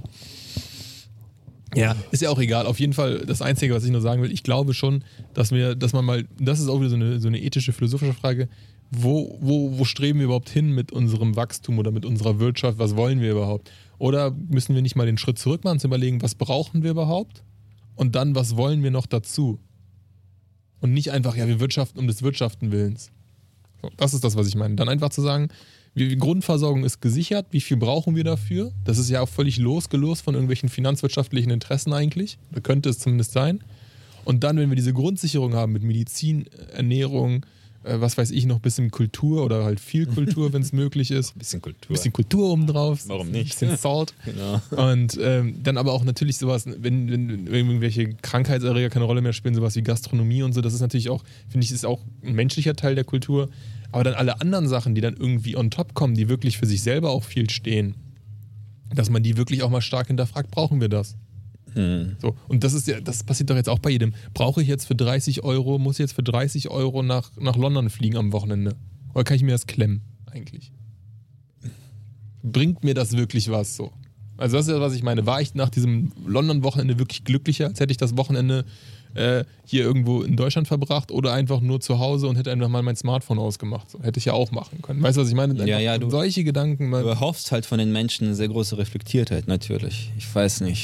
Ja, ist ja auch egal. Auf jeden Fall, das Einzige, was ich nur sagen will, ich glaube schon, dass man mal, das ist auch wieder so eine ethische, philosophische Frage, wo streben wir überhaupt hin mit unserem Wachstum oder mit unserer Wirtschaft? Was wollen wir überhaupt? Oder müssen wir nicht mal den Schritt zurück machen, zu überlegen, was brauchen wir überhaupt? Und dann, was wollen wir noch dazu? Und nicht einfach, ja, wir wirtschaften um des Wirtschaften Willens. So, das ist das, was ich meine. Dann einfach zu sagen, die Grundversorgung ist gesichert, wie viel brauchen wir dafür? Das ist ja auch völlig losgelöst von irgendwelchen finanzwirtschaftlichen Interessen eigentlich. Oder könnte es zumindest sein. Und dann, wenn wir diese Grundsicherung haben mit Medizin, Ernährung, was weiß ich, noch ein bisschen Kultur oder halt viel Kultur, wenn es möglich ist. Bisschen Kultur. Bisschen Kultur obendrauf. Warum nicht? Bisschen Salt. Genau. Und dann aber auch natürlich sowas, wenn irgendwelche Krankheitserreger keine Rolle mehr spielen, sowas wie Gastronomie und so, das ist natürlich auch, finde ich, ist auch ein menschlicher Teil der Kultur. Aber dann alle anderen Sachen, die dann irgendwie on top kommen, die wirklich für sich selber auch viel stehen, dass man die wirklich auch mal stark hinterfragt, brauchen wir das? So, und das passiert doch jetzt auch bei jedem. Brauche ich jetzt für 30 Euro, muss ich jetzt für 30 Euro nach London fliegen am Wochenende? Oder kann ich mir das klemmen eigentlich? Bringt mir das wirklich was so? Also das ist ja, was ich meine. War ich nach diesem London-Wochenende wirklich glücklicher, als hätte ich das Wochenende hier irgendwo in Deutschland verbracht oder einfach nur zu Hause und hätte einfach mal mein Smartphone ausgemacht? So, hätte ich ja auch machen können. Weißt du, was ich meine? Ja, solche Gedanken. Du erhoffst halt von den Menschen eine sehr große Reflektiertheit, natürlich. Ich weiß nicht.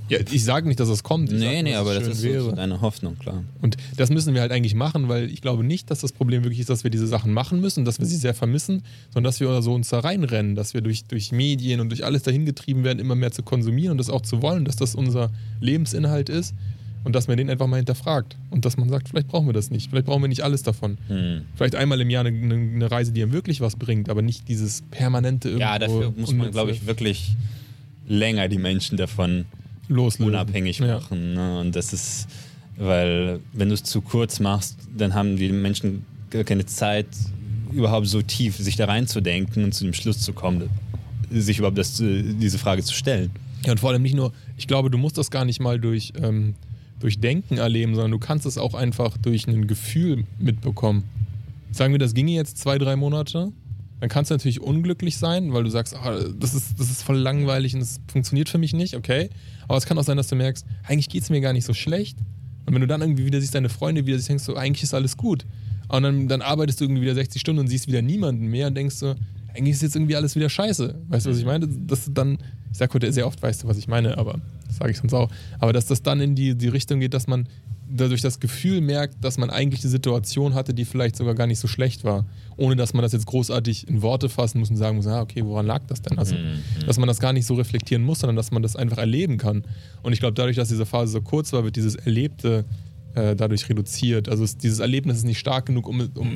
Ja, ich sage nicht, dass es kommt. Nee, aber das ist so deine Hoffnung, klar. Und das müssen wir halt eigentlich machen, weil ich glaube nicht, dass das Problem wirklich ist, dass wir diese Sachen machen müssen, dass wir sie sehr vermissen, sondern dass wir so uns da reinrennen, dass wir durch Medien und durch alles dahin getrieben werden, immer mehr zu konsumieren und das auch zu wollen, dass das unser Lebensinhalt ist und dass man den einfach mal hinterfragt und dass man sagt, vielleicht brauchen wir das nicht, vielleicht brauchen wir nicht alles davon. Vielleicht einmal im Jahr eine Reise, die einem wirklich was bringt, aber nicht dieses permanente irgendwo. Ja, dafür muss man, glaube ich, wirklich länger die Menschen davon loslösen. Unabhängig machen. Ne? Und das ist, weil wenn du es zu kurz machst, dann haben die Menschen gar keine Zeit, überhaupt so tief sich da reinzudenken und zu dem Schluss zu kommen, sich überhaupt diese Frage zu stellen. Ja, und vor allem nicht nur, ich glaube, du musst das gar nicht mal durch Denken erleben, sondern du kannst es auch einfach durch ein Gefühl mitbekommen. Sagen wir, das ginge jetzt 2-3 Monate, dann kannst du natürlich unglücklich sein, weil du sagst, das ist voll langweilig und das funktioniert für mich nicht, okay. Aber es kann auch sein, dass du merkst, eigentlich geht es mir gar nicht so schlecht. Und wenn du dann irgendwie wieder siehst, deine Freunde wieder siehst, denkst du, eigentlich ist alles gut. Und dann arbeitest du irgendwie wieder 60 Stunden und siehst wieder niemanden mehr und denkst du, eigentlich ist jetzt irgendwie alles wieder scheiße. Weißt du, was ich meine? Dass du dann, ich sag heute sehr oft, weißt du, was ich meine, aber das sage ich sonst auch. Aber dass das dann in die Richtung geht, dass man dadurch das Gefühl merkt, dass man eigentlich eine Situation hatte, die vielleicht sogar gar nicht so schlecht war. Ohne dass man das jetzt großartig in Worte fassen muss und sagen muss, okay, woran lag das denn? Also, dass man das gar nicht so reflektieren muss, sondern dass man das einfach erleben kann. Und ich glaube, dadurch, dass diese Phase so kurz war, wird dieses Erlebte dadurch reduziert. Also dieses Erlebnis ist nicht stark genug,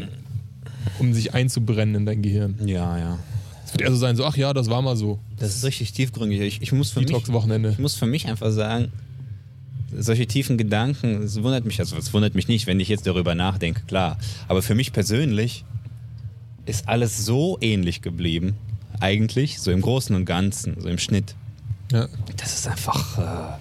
um sich einzubrennen in dein Gehirn. Ja. Es wird eher so sein, so, ach ja, das war mal so. Das ist richtig tiefgründig. Ich muss Detox-Wochenende. Ich muss für mich einfach sagen, solche tiefen Gedanken, es wundert mich nicht, wenn ich jetzt darüber nachdenke, klar. Aber für mich persönlich ist alles so ähnlich geblieben, eigentlich, so im Großen und Ganzen, so im Schnitt. Ja. Das ist einfach,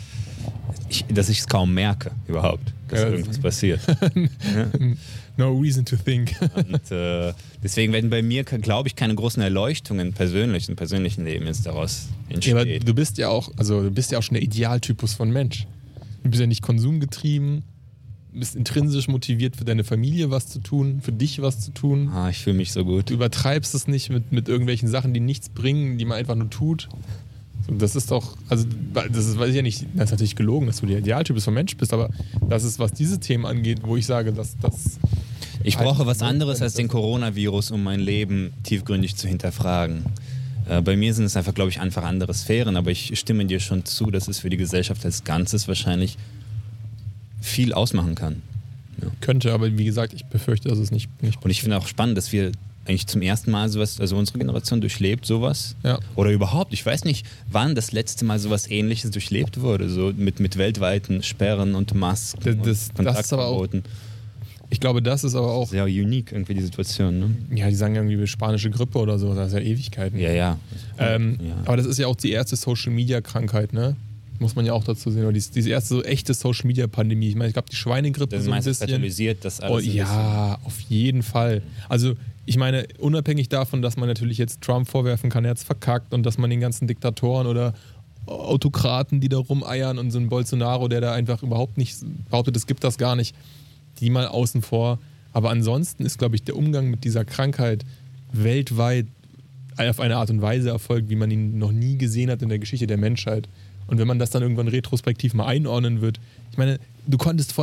dass ich es kaum merke, überhaupt, dass irgendwas passiert. Ja? No reason to think. Und deswegen werden bei mir, glaube ich, keine großen Erleuchtungen im persönlichen Leben jetzt daraus entstehen. Ja, aber du bist ja auch schon der Idealtypus von Mensch. Du bist ja nicht konsumgetrieben, du bist intrinsisch motiviert, für deine Familie was zu tun, für dich was zu tun. Ich fühle mich so gut. Du übertreibst es nicht mit irgendwelchen Sachen, die nichts bringen, die man einfach nur tut. Und das ist doch, also das ist, weiß ich ja nicht, das ist natürlich gelogen, dass du der Idealtypus von Mensch bist, aber das ist, was diese Themen angeht, wo ich sage, dass das... Ich brauche was anderes als den Coronavirus, um mein Leben tiefgründig zu hinterfragen. Bei mir sind es einfach, glaube ich, einfach andere Sphären, aber ich stimme dir schon zu, dass es für die Gesellschaft als Ganzes wahrscheinlich viel ausmachen kann. Ja. Könnte, aber wie gesagt, ich befürchte, dass es nicht Und ich finde auch spannend, dass wir eigentlich zum ersten Mal sowas, also unsere Generation durchlebt sowas. Ja. Oder überhaupt, ich weiß nicht, wann das letzte Mal sowas Ähnliches durchlebt wurde, so mit weltweiten Sperren und Masken und Kontaktverboten. Ich glaube, das ist aber auch... Sehr unique, irgendwie die Situation, ne? Ja, die sagen irgendwie spanische Grippe oder so, das ist ja Ewigkeiten. Ja. Aber das ist ja auch die erste Social-Media-Krankheit, ne? Muss man ja auch dazu sehen. Oder diese erste so echte Social-Media-Pandemie. Ich meine, ich glaube, die Schweinegrippe das so ein bisschen... katalysiert das alles. Ja, auf jeden Fall. Also, ich meine, unabhängig davon, dass man natürlich jetzt Trump vorwerfen kann, er hat's verkackt und dass man den ganzen Diktatoren oder Autokraten, die da rumeiern und so ein Bolsonaro, der da einfach überhaupt nicht behauptet, es gibt das gar nicht, die mal außen vor. Aber ansonsten ist, glaube ich, der Umgang mit dieser Krankheit weltweit auf eine Art und Weise erfolgt, wie man ihn noch nie gesehen hat in der Geschichte der Menschheit. Und wenn man das dann irgendwann retrospektiv mal einordnen wird, ich meine, du konntest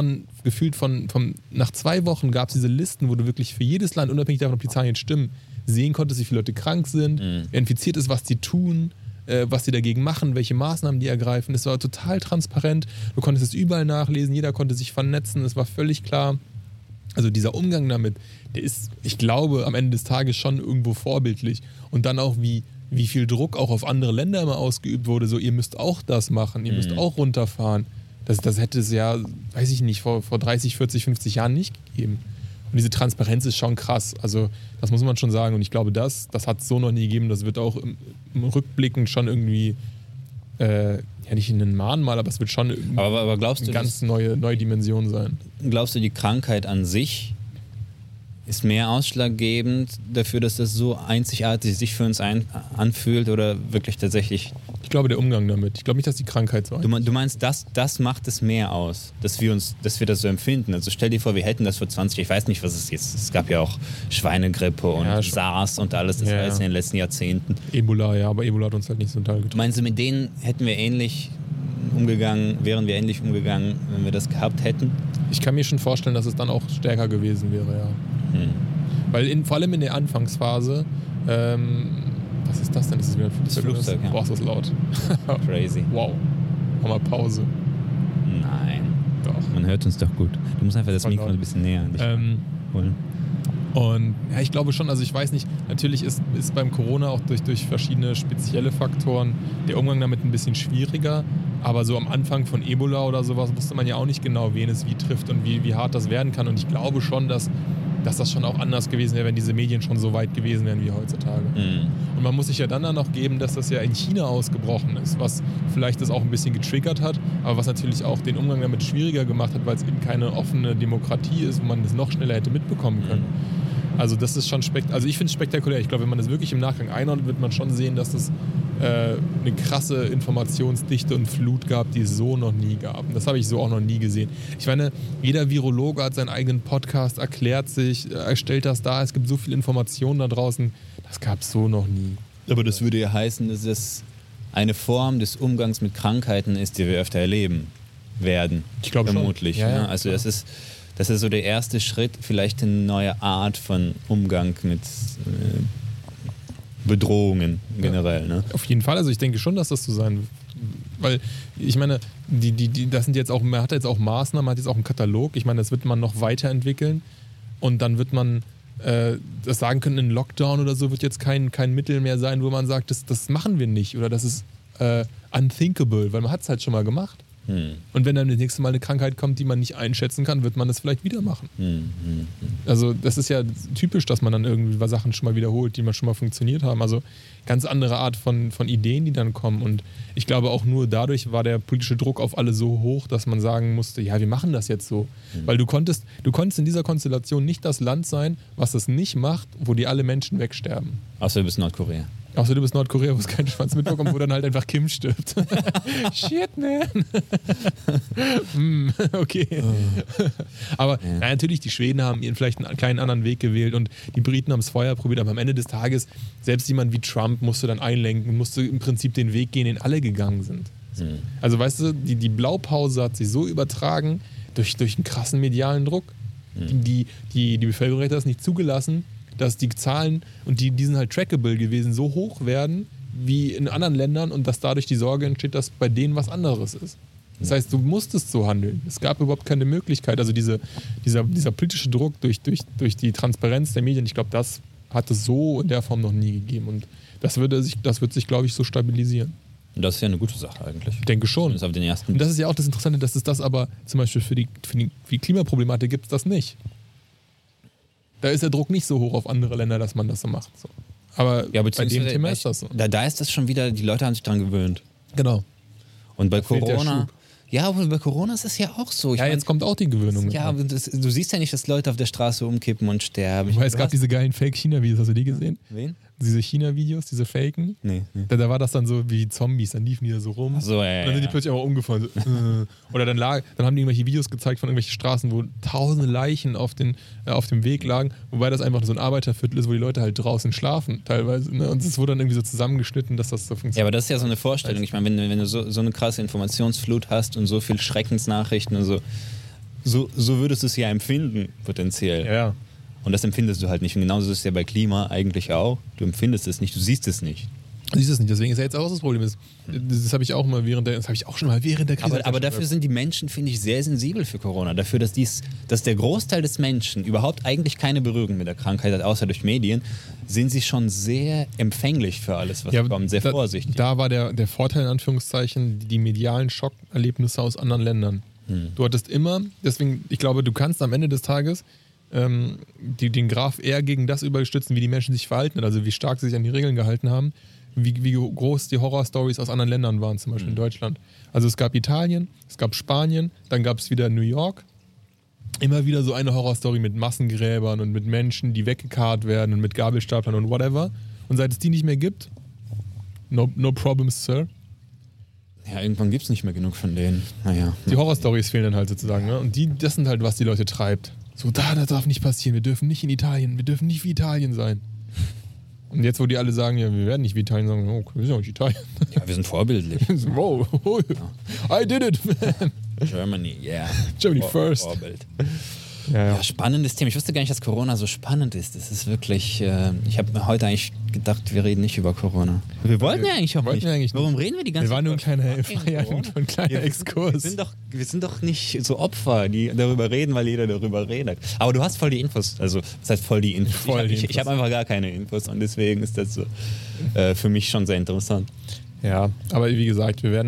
nach 2 Wochen gab es diese Listen, wo du wirklich für jedes Land, unabhängig davon, ob die Zahlen jetzt stimmen, sehen konntest, wie viele Leute krank sind, wer infiziert ist, was die tun, was sie dagegen machen, welche Maßnahmen die ergreifen. Es war total transparent. Du konntest es überall nachlesen, jeder konnte sich vernetzen, es war völlig klar. Also dieser Umgang damit, der ist, ich glaube, am Ende des Tages schon irgendwo vorbildlich. Und dann auch, wie viel Druck auch auf andere Länder immer ausgeübt wurde, so ihr müsst auch das machen, ihr müsst auch runterfahren. Das hätte es ja, weiß ich nicht, vor 30, 40, 50 Jahren nicht gegeben. Und diese Transparenz ist schon krass. Also das muss man schon sagen. Und ich glaube, das hat es so noch nie gegeben. Das wird auch im Rückblicken schon irgendwie, nicht in ein Mahnmal, aber es wird schon aber glaubst du, eine ganz neue Dimension sein. Glaubst du, die Krankheit an sich ist mehr ausschlaggebend dafür, dass das so einzigartig sich für uns anfühlt oder wirklich tatsächlich... Ich glaube, der Umgang damit. Ich glaube nicht, dass die Krankheit so ist. Du meinst, das macht es mehr aus, dass wir das so empfinden. Also stell dir vor, wir hätten das vor 20, ich weiß nicht, was es jetzt, es gab ja auch Schweinegrippe und SARS und alles, das war jetzt in den letzten Jahrzehnten. Ebola, ja, aber Ebola hat uns halt nicht so total getroffen. Meinst du, mit denen hätten wir ähnlich umgegangen, wären wir ähnlich umgegangen, wenn wir das gehabt hätten? Ich kann mir schon vorstellen, dass es dann auch stärker gewesen wäre, ja. Weil vor allem in der Anfangsphase, was ist das denn? Ist das wieder ein Flugzeug? Ja. Boah, ist das laut. Crazy. Wow. Mach mal Pause. Nein. Doch. Man hört uns doch gut. Du musst einfach das Mikro ein bisschen näher an dich holen. Und ja, ich glaube schon, also ich weiß nicht, natürlich ist beim Corona auch durch verschiedene spezielle Faktoren der Umgang damit ein bisschen schwieriger, aber so am Anfang von Ebola oder sowas wusste man ja auch nicht genau, wen es wie trifft und wie hart das werden kann, und ich glaube schon, dass das schon auch anders gewesen wäre, wenn diese Medien schon so weit gewesen wären wie heutzutage. Und man muss sich ja dann noch geben, dass das ja in China ausgebrochen ist, was vielleicht das auch ein bisschen getriggert hat, aber was natürlich auch den Umgang damit schwieriger gemacht hat, weil es eben keine offene Demokratie ist, wo man das noch schneller hätte mitbekommen können. Also das ist schon also ich finde es spektakulär. Ich glaube, wenn man das wirklich im Nachgang einordnet, wird man schon sehen, dass das eine krasse Informationsdichte und Flut gab, die es so noch nie gab. Und das habe ich so auch noch nie gesehen. Ich meine, jeder Virologe hat seinen eigenen Podcast, erklärt sich, erstellt das da. Es gibt so viel Informationen da draußen. Das gab es so noch nie. Aber das würde ja heißen, dass es eine Form des Umgangs mit Krankheiten ist, die wir öfter erleben werden. Ich glaube vermutlich. schon. Ja, also das ist so der erste Schritt, vielleicht eine neue Art von Umgang mit Bedrohungen generell. Ne? Auf jeden Fall, also ich denke schon, dass das so sein wird. Weil, ich meine, das sind jetzt auch, man hat jetzt auch Maßnahmen, man hat jetzt auch einen Katalog. Ich meine, das wird man noch weiterentwickeln und dann wird man das sagen können, ein Lockdown oder so wird jetzt kein Mittel mehr sein, wo man sagt, das machen wir nicht oder das ist unthinkable, weil man hat es halt schon mal gemacht. Und wenn dann das nächste Mal eine Krankheit kommt, die man nicht einschätzen kann, wird man das vielleicht wieder machen. Also das ist ja typisch, dass man dann irgendwie Sachen schon mal wiederholt, die man schon mal funktioniert haben. Also ganz andere Art von Ideen, die dann kommen. Und ich glaube auch nur dadurch war der politische Druck auf alle so hoch, dass man sagen musste, ja, wir machen das jetzt so. Weil du konntest in dieser Konstellation nicht das Land sein, was das nicht macht, wo die alle Menschen wegsterben. Außer du bist Nordkorea. Außer du bist Nordkorea, wo es keinen Schwanz mitbekommt, wo dann halt einfach Kim stirbt. Shit, man. Okay. Aber natürlich, die Schweden haben vielleicht einen kleinen anderen Weg gewählt und die Briten haben es vorher probiert, aber am Ende des Tages, selbst jemand wie Trump musste dann einlenken, musste im Prinzip den Weg gehen, den alle gegangen sind. Also weißt du, die Blaupause hat sich so übertragen durch einen krassen medialen Druck. Die Bevölkerung hat das nicht zugelassen, dass die Zahlen, und die sind halt trackable gewesen, so hoch werden wie in anderen Ländern und dass dadurch die Sorge entsteht, dass bei denen was anderes ist. Das heißt, du musstest so handeln. Es gab überhaupt keine Möglichkeit. Also dieser politische Druck durch die Transparenz der Medien, ich glaube, das hat es so in der Form noch nie gegeben. Und das wird sich, glaube ich, so stabilisieren. Und das ist ja eine gute Sache eigentlich. Ich denke schon. Auf den ersten. Und das ist ja auch das Interessante, dass es das aber zum Beispiel für die Klimaproblematik gibt es das nicht. Da ist der Druck nicht so hoch auf andere Länder, dass man das so macht. So. Aber ja, bei dem Thema ist das so. Da ist das schon wieder, die Leute haben sich dran gewöhnt. Genau. Und bei Corona... Ja, aber bei Corona ist es ja auch so. Jetzt kommt auch die Gewöhnung. Ja, du siehst ja nicht, dass Leute auf der Straße umkippen und sterben. Weil es gab diese geilen Fake-China-Videos, hast du die gesehen? Wen? Diese China-Videos, diese Faken. Nee. Da war das dann so wie Zombies, dann liefen die da so rum. Ach so, ja. Und dann sind die plötzlich aber umgefallen. So, Oder dann haben die irgendwelche Videos gezeigt von irgendwelchen Straßen, wo tausende Leichen auf dem Weg lagen, wobei das einfach so ein Arbeiterviertel ist, wo die Leute halt draußen schlafen teilweise. Ne? Und es wurde dann irgendwie so zusammengeschnitten, dass das so funktioniert. Ja, aber das ist ja so eine Vorstellung. Ich meine, wenn du so eine krasse Informationsflut hast und so viel Schreckensnachrichten und so würdest du es ja empfinden, potenziell. Ja. Und das empfindest du halt nicht. Und genauso ist es ja bei Klima eigentlich auch. Du empfindest es nicht, du siehst es nicht. Du siehst es nicht, deswegen ist ja jetzt auch das Problem. Das habe ich auch mal während der Krise. Aber dafür sind die Menschen, finde ich, sehr sensibel für Corona. Dafür, dass der Großteil des Menschen überhaupt eigentlich keine Berührung mit der Krankheit hat, außer durch Medien, sind sie schon sehr empfänglich für alles, was kommt, sehr vorsichtig. Da war der Vorteil, in Anführungszeichen, die medialen Schockerlebnisse aus anderen Ländern. Du hattest immer, deswegen, ich glaube, du kannst am Ende des Tages den Graph eher gegen das überstützen, wie die Menschen sich verhalten, also wie stark sie sich an die Regeln gehalten haben, wie groß die Horror-Stories aus anderen Ländern waren, zum Beispiel in Deutschland. Also es gab Italien, es gab Spanien, dann gab es wieder New York. Immer wieder so eine Horror-Story mit Massengräbern und mit Menschen, die weggekarrt werden und mit Gabelstaplern und whatever. Und seit es die nicht mehr gibt, no problems, sir. Ja, irgendwann gibt es nicht mehr genug von denen. Naja. Die Horror-Stories fehlen dann halt sozusagen. Ne? Und das sind halt, was die Leute treibt. So, das darf nicht passieren. Wir dürfen nicht in Italien. Wir dürfen nicht wie Italien sein. Und jetzt, wo die alle sagen, ja, wir werden nicht wie Italien, sagen, oh, wir sind auch nicht Italien. Ja, wir sind vorbildlich. Wow, I did it, man. Germany, yeah. Germany first. Vorbild. Ja. Spannendes Thema. Ich wusste gar nicht, dass Corona so spannend ist. Das ist wirklich, ich habe mir heute eigentlich gedacht, wir reden nicht über Corona. Wir wollten ja eigentlich auch nicht. Warum reden wir die ganze Zeit? Wir waren nur ein kleiner Exkurs. Wir sind doch nicht so Opfer, die darüber reden, weil jeder darüber redet. Aber du hast voll die Infos. Also, das heißt voll die Infos. Ich habe einfach gar keine Infos und deswegen ist das so für mich schon sehr interessant. Ja, aber wie gesagt, wir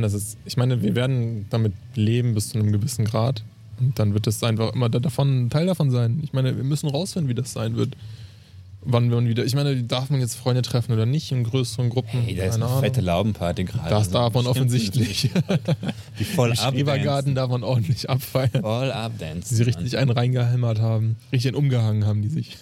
werden damit leben bis zu einem gewissen Grad. Und dann wird es einfach immer ein Teil davon sein. Ich meine, wir müssen rausfinden, wie das sein wird. Wann wir wieder. Ich meine, darf man jetzt Freunde treffen oder nicht in größeren Gruppen? Hey, da ist eine fette Laubenparty gerade. Das darf man offensichtlich. Die voll Im Schrebergarten darf man ordentlich abfeiern. Voll abdancen. Die sie richtig einen reingehämmert haben. Richtig einen umgehangen haben die sich.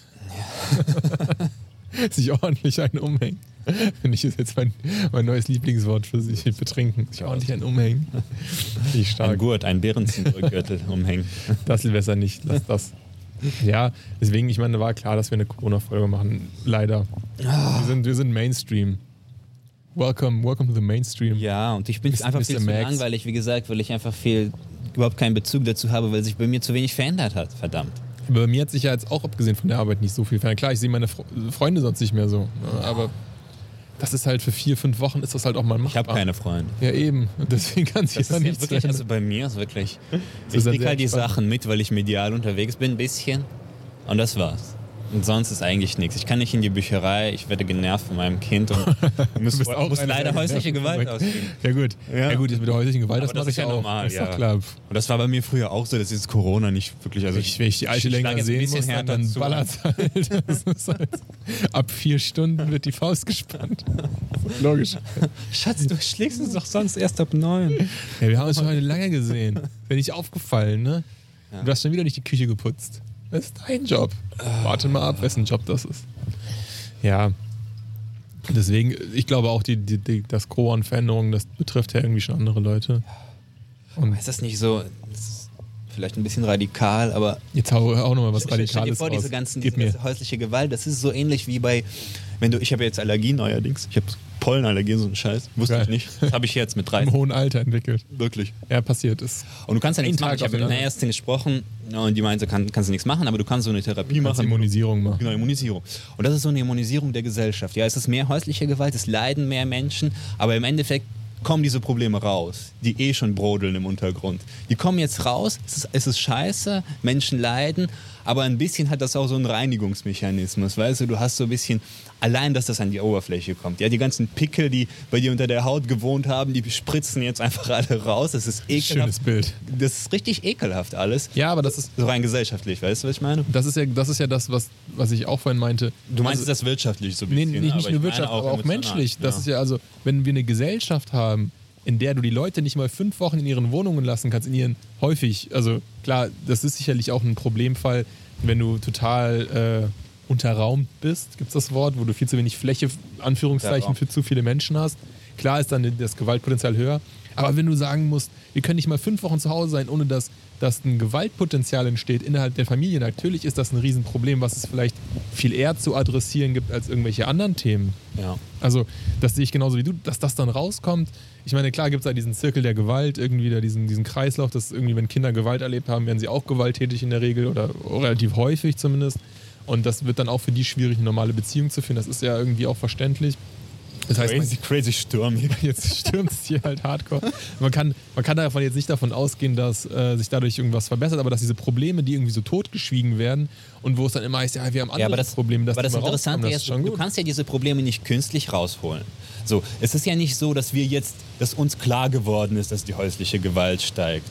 Ja. Sich ordentlich einen umhängen. Finde ich, ist jetzt mein neues Lieblingswort für sich betrinken. Sich ordentlich einen umhängen. Wie stark. Ein Gurt, ein Bärenzieher-Gürtel umhängen. Das besser nicht. Lass das. Ja, deswegen, ich meine, war klar, dass wir eine Corona-Folge machen. Leider. Wir sind Mainstream. Welcome to the Mainstream. Ja, und ich bin einfach viel zu langweilig, wie gesagt, weil ich einfach überhaupt keinen Bezug dazu habe, weil sich bei mir zu wenig verändert hat. Verdammt. Bei mir hat sich ja jetzt auch abgesehen von der Arbeit nicht so viel verändert. Klar, ich sehe meine Freunde sonst nicht mehr so. Aber das ist halt für 4-5 Wochen ist das halt auch mal machbar. Ich habe keine Freunde. Ja, eben. Und deswegen kann sich da nichts verändern. Also bei mir ist wirklich, ich kriege halt die Sachen mit, weil ich medial unterwegs bin, ein bisschen. Und das war's. Und sonst ist eigentlich nichts. Ich kann nicht in die Bücherei, ich werde genervt von meinem Kind und muss leider häusliche Gewalt ausüben. Ja gut, jetzt mit der häuslichen Gewalt, das mache ich ja auch. Normal, das ist doch klar. Und das war bei mir früher auch so, das ist Corona nicht wirklich. Also wenn ich die Alte länger sehen muss, dann ballert es halt. Das ist halt. Ab 4 Stunden wird die Faust gespannt. Logisch. Schatz, du schlägst uns doch sonst erst ab 9. Ja, wir haben uns schon heute lange gesehen. Wäre nicht aufgefallen, ne? Ja. Du hast schon wieder nicht die Küche geputzt. Das ist dein Job. Warte mal ab, wessen Job das ist. Ja. Deswegen, ich glaube auch, das Gros an Veränderungen, das betrifft ja irgendwie schon andere Leute. Und ist das nicht so, das ist vielleicht ein bisschen radikal, aber... Jetzt hau auch nochmal was Radikales stell dir vor, diese ganze häusliche Gewalt, das ist so ähnlich wie bei, ich habe jetzt Allergien neuerdings, ich habe Pollenallergien, so ein Scheiß, wusste ich nicht. Das habe ich jetzt mit 30. Im hohen Alter entwickelt. Wirklich. Ja, passiert ist. Und du kannst ja nichts machen. Ich habe mit einer Ärztin gesprochen und die meinte, kannst du nichts machen, aber du kannst so eine Therapie machen. Immunisierung machen. Genau, Immunisierung. Und das ist so eine Immunisierung der Gesellschaft. Ja, es ist mehr häusliche Gewalt, es leiden mehr Menschen, aber im Endeffekt kommen diese Probleme raus, die schon brodeln im Untergrund. Die kommen jetzt raus, es ist scheiße, Menschen leiden, aber ein bisschen hat das auch so einen Reinigungsmechanismus, weißt du, du hast so ein bisschen, allein, dass das an die Oberfläche kommt. Ja, die ganzen Pickel, die bei dir unter der Haut gewohnt haben, die spritzen jetzt einfach alle raus, das ist ekelhaft. Schönes Bild. Das ist richtig ekelhaft alles. Ja, aber das ist... So rein gesellschaftlich, weißt du, was ich meine? Das ist ja das, was ich auch vorhin meinte. Du meinst das wirtschaftlich so ein bisschen? Nee, nicht nur wirtschaftlich, aber auch menschlich. Das ist ja also, wenn wir eine Gesellschaft haben, in der du die Leute nicht mal 5 Wochen in ihren Wohnungen lassen kannst, also klar, das ist sicherlich auch ein Problemfall, wenn du total unterraumt bist, gibt es das Wort, wo du viel zu wenig Fläche, Anführungszeichen, für zu viele Menschen hast. Klar ist dann das Gewaltpotenzial höher, aber wenn du sagen musst, wir können nicht mal 5 Wochen zu Hause sein, ohne dass ein Gewaltpotenzial entsteht innerhalb der Familie, natürlich ist das ein Riesenproblem, was es vielleicht viel eher zu adressieren gibt als irgendwelche anderen Themen. Ja. Also das sehe ich genauso wie du, dass das dann rauskommt. Ich meine, klar gibt es da diesen Zirkel der Gewalt, irgendwie da diesen Kreislauf, dass irgendwie, wenn Kinder Gewalt erlebt haben, werden sie auch gewalttätig in der Regel oder relativ häufig zumindest. Und das wird dann auch für die schwierig, eine normale Beziehung zu führen. Das ist ja irgendwie auch verständlich. Das heißt, crazy stürmig. Jetzt stürmt es hier halt hardcore. Man kann davon jetzt nicht davon ausgehen, dass sich dadurch irgendwas verbessert, aber dass diese Probleme, die irgendwie so totgeschwiegen werden und wo es dann immer heißt, ja, wir haben andere Probleme, dass aber das Interessante ist, du kannst ja diese Probleme nicht künstlich rausholen. So, es ist ja nicht so, dass uns klar geworden ist, dass die häusliche Gewalt steigt,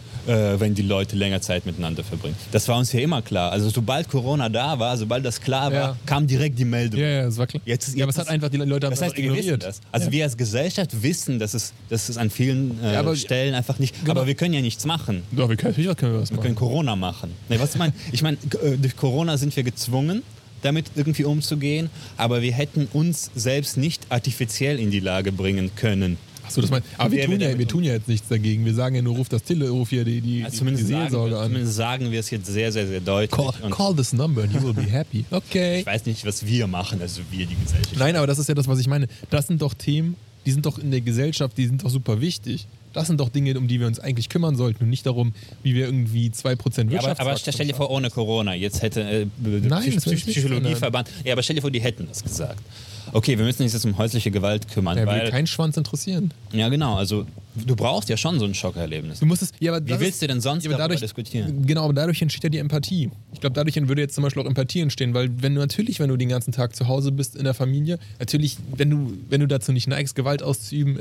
wenn die Leute länger Zeit miteinander verbringen. Das war uns ja immer klar. Also sobald Corona da war, sobald das klar war, kam direkt die Meldung. Ja, das war klar. Aber es hat einfach die Leute ignoriert. Das. Also wir als Gesellschaft wissen, dass es an vielen Stellen einfach nicht... Genau. Aber wir können ja nichts machen. Doch, natürlich können wir was machen. Wir können Corona machen. Nee, was ich meine, durch Corona sind wir gezwungen, damit irgendwie umzugehen, aber wir hätten uns selbst nicht artifiziell in die Lage bringen können, Achso, das meinst aber wir tun ja jetzt nichts dagegen. Wir sagen ja nur, ruf hier die Seelsorge an. Zumindest sagen wir es jetzt sehr, sehr, sehr deutlich. Call this number and you will be happy. Okay. Ich weiß nicht, was wir machen, also wir, die Gesellschaft. Nein, aber das ist ja das, was ich meine. Das sind doch Themen, die sind doch in der Gesellschaft, die sind doch super wichtig. Das sind doch Dinge, um die wir uns eigentlich kümmern sollten und nicht darum, wie wir irgendwie 2% Wirtschaftswachstum aber stell dir vor, ohne Corona, jetzt hätte Psychologieverband, aber stell dir vor, die hätten das gesagt. Okay, wir müssen uns jetzt um häusliche Gewalt kümmern. Ja, weil keinen Schwanz interessieren. Ja, genau. Also du brauchst ja schon so ein Schockerlebnis. Du musst es, wie willst du denn sonst darüber diskutieren? Genau, aber dadurch entsteht ja die Empathie. Ich glaube, dadurch würde jetzt zum Beispiel auch Empathie entstehen, weil wenn du den ganzen Tag zu Hause bist in der Familie, natürlich, wenn du dazu nicht neigst, Gewalt auszuüben,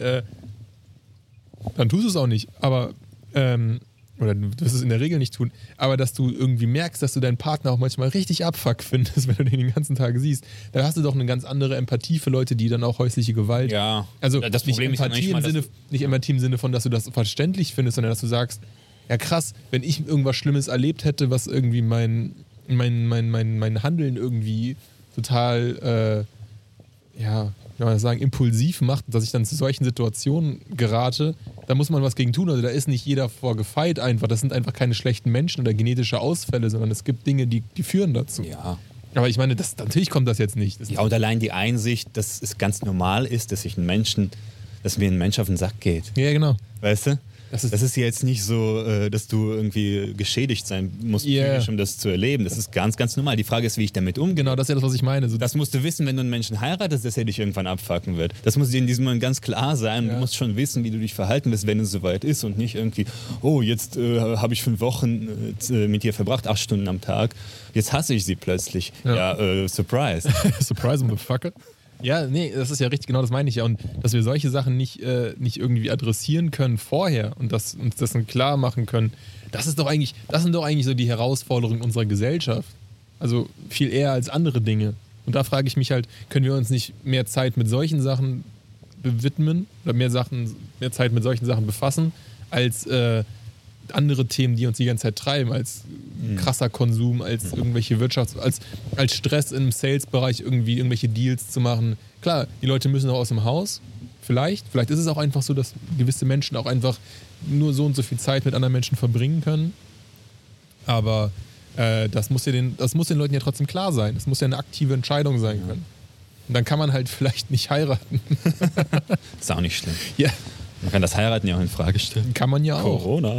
dann tust du es auch nicht. Aber oder du wirst es in der Regel nicht tun, aber dass du irgendwie merkst, dass du deinen Partner auch manchmal richtig Abfuck findest, wenn du den ganzen Tag siehst, da hast du doch eine ganz andere Empathie für Leute, die dann auch häusliche Gewalt... Ja, also das Problem nicht Empathie nicht Empathie im Sinne von, dass du das verständlich findest, sondern dass du sagst, ja krass, wenn ich irgendwas Schlimmes erlebt hätte, was irgendwie mein Handeln irgendwie total, wie kann man das sagen, impulsiv macht, dass ich dann zu solchen Situationen gerate, da muss man was gegen tun. Also da ist nicht jeder vorgefeit einfach. Das sind einfach keine schlechten Menschen oder genetische Ausfälle, sondern es gibt Dinge, die führen dazu. Ja. Aber ich meine, natürlich kommt das jetzt nicht. Ja, und allein die Einsicht, dass es ganz normal ist, dass mir ein Mensch auf den Sack geht. Ja, genau. Weißt du? Das ist ja jetzt nicht so, dass du irgendwie geschädigt sein musst, psychisch, um das zu erleben. Das ist ganz, ganz normal. Die Frage ist, wie ich damit umgehe. Genau, das ist ja das, was ich meine. Das musst du wissen, wenn du einen Menschen heiratest, dass er dich irgendwann abfucken wird. Das muss dir in diesem Moment ganz klar sein. Ja. Du musst schon wissen, wie du dich verhalten wirst, wenn es soweit ist und nicht irgendwie, jetzt habe ich 5 Wochen mit ihr verbracht, 8 Stunden am Tag. Jetzt hasse ich sie plötzlich. Ja, surprise. Surprise, motherfucker. Ja, nee, das ist ja richtig, genau das meine ich ja. Und dass wir solche Sachen nicht irgendwie adressieren können vorher und uns das klar machen können, das sind doch eigentlich so die Herausforderungen unserer Gesellschaft. Also viel eher als andere Dinge. Und da frage ich mich halt, können wir uns nicht mehr Zeit mit solchen Sachen widmen oder mehr Zeit mit solchen Sachen befassen, als andere Themen, die uns die ganze Zeit treiben, als krasser Konsum, als irgendwelche als Stress im Sales-Bereich irgendwie irgendwelche Deals zu machen. Klar, die Leute müssen auch aus dem Haus. Vielleicht ist es auch einfach so, dass gewisse Menschen auch einfach nur so und so viel Zeit mit anderen Menschen verbringen können. Aber das muss den Leuten ja trotzdem klar sein. Das muss ja eine aktive Entscheidung sein können. Und dann kann man halt vielleicht nicht heiraten. Ist auch nicht schlimm. Ja. Man kann das Heiraten ja auch in Frage stellen. Kann man ja auch. Corona.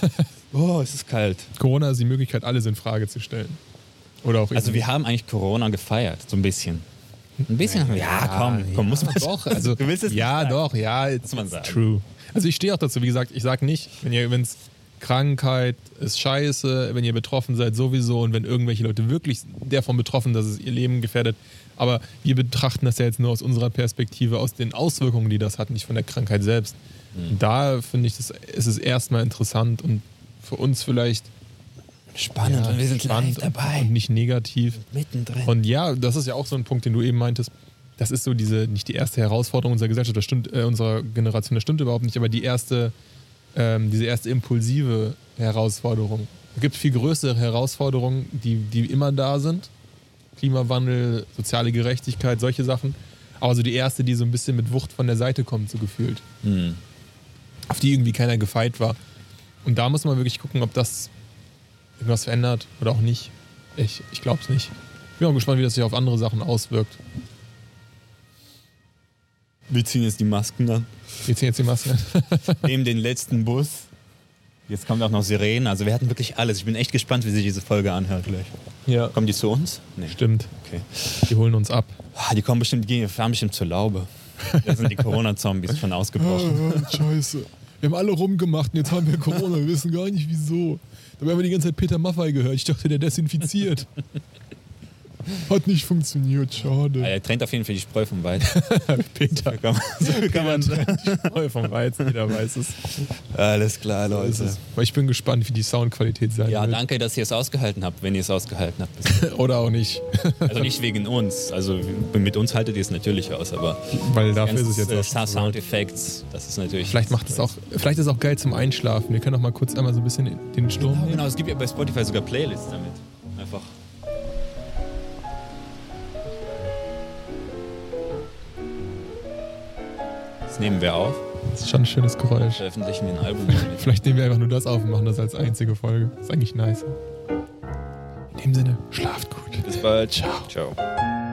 Es ist kalt. Corona ist die Möglichkeit, alles in Frage zu stellen. Oder auch also wir haben eigentlich Corona gefeiert, so ein bisschen. Ein bisschen? Ja, komm, muss man doch. Also, du willst es nicht sagen. Doch, muss man sagen. True. Also ich stehe auch dazu, wie gesagt, ich sage nicht, wenn es Krankheit ist scheiße, wenn ihr betroffen seid sowieso und wenn irgendwelche Leute wirklich davon betroffen, dass es ihr Leben gefährdet. Aber wir betrachten das ja jetzt nur aus unserer Perspektive, aus den Auswirkungen, die das hat, nicht von der Krankheit selbst. Und da finde ich, ist es erstmal interessant und für uns vielleicht spannend und wir sind live dabei. Und nicht negativ. Mittendrin. Und ja, das ist ja auch so ein Punkt, den du eben meintest. Das ist so nicht die erste Herausforderung unserer Gesellschaft, unserer Generation, das stimmt überhaupt nicht, aber diese erste impulsive Herausforderung. Es gibt viel größere Herausforderungen, die immer da sind. Klimawandel, soziale Gerechtigkeit, solche Sachen. Aber so die erste, die so ein bisschen mit Wucht von der Seite kommt, so gefühlt. Auf die irgendwie keiner gefeit war. Und da muss man wirklich gucken, ob das irgendwas verändert oder auch nicht. Ich glaube es nicht. Ich bin auch gespannt, wie das sich auf andere Sachen auswirkt. Wir ziehen jetzt die Masken an. Nehmen den letzten Bus. Jetzt kommt auch noch Sirenen. Also wir hatten wirklich alles. Ich bin echt gespannt, wie sich diese Folge anhört gleich. Ja. Kommen die zu uns? Nee. Stimmt. Okay. Die holen uns ab. Die fahren bestimmt zur Laube. Da sind die Corona-Zombies schon ausgebrochen. Scheiße. Wir haben alle rumgemacht und jetzt haben wir Corona. Wir wissen gar nicht, wieso. Dabei haben wir die ganze Zeit Peter Maffay gehört. Ich dachte, der desinfiziert. Hat nicht funktioniert, schade. Er trennt auf jeden Fall die Spreu vom Weizen. Peter. So kann man sagen. Die Spreu vom Weizen, jeder weiß es. Alles klar, Leute. Aber ich bin gespannt, wie die Soundqualität sein wird. Ja, danke, dass ihr es ausgehalten habt, wenn ihr es ausgehalten habt. Oder auch nicht. Also nicht wegen uns. Also mit uns haltet ihr es natürlich aus, aber weil dafür ist es jetzt auch Soundeffekts, das ist natürlich... Vielleicht ist es auch geil zum Einschlafen. Wir können auch mal kurz einmal so ein bisschen den Sturm... Genau, es gibt ja bei Spotify sogar Playlists damit. Einfach... Das nehmen wir auf. Das ist schon ein schönes Geräusch. Veröffentlichen wir ein Album. Vielleicht nehmen wir einfach nur das auf und machen das als einzige Folge. Das ist eigentlich nice. In dem Sinne, schlaft gut. Bis bald. Ciao. Ciao.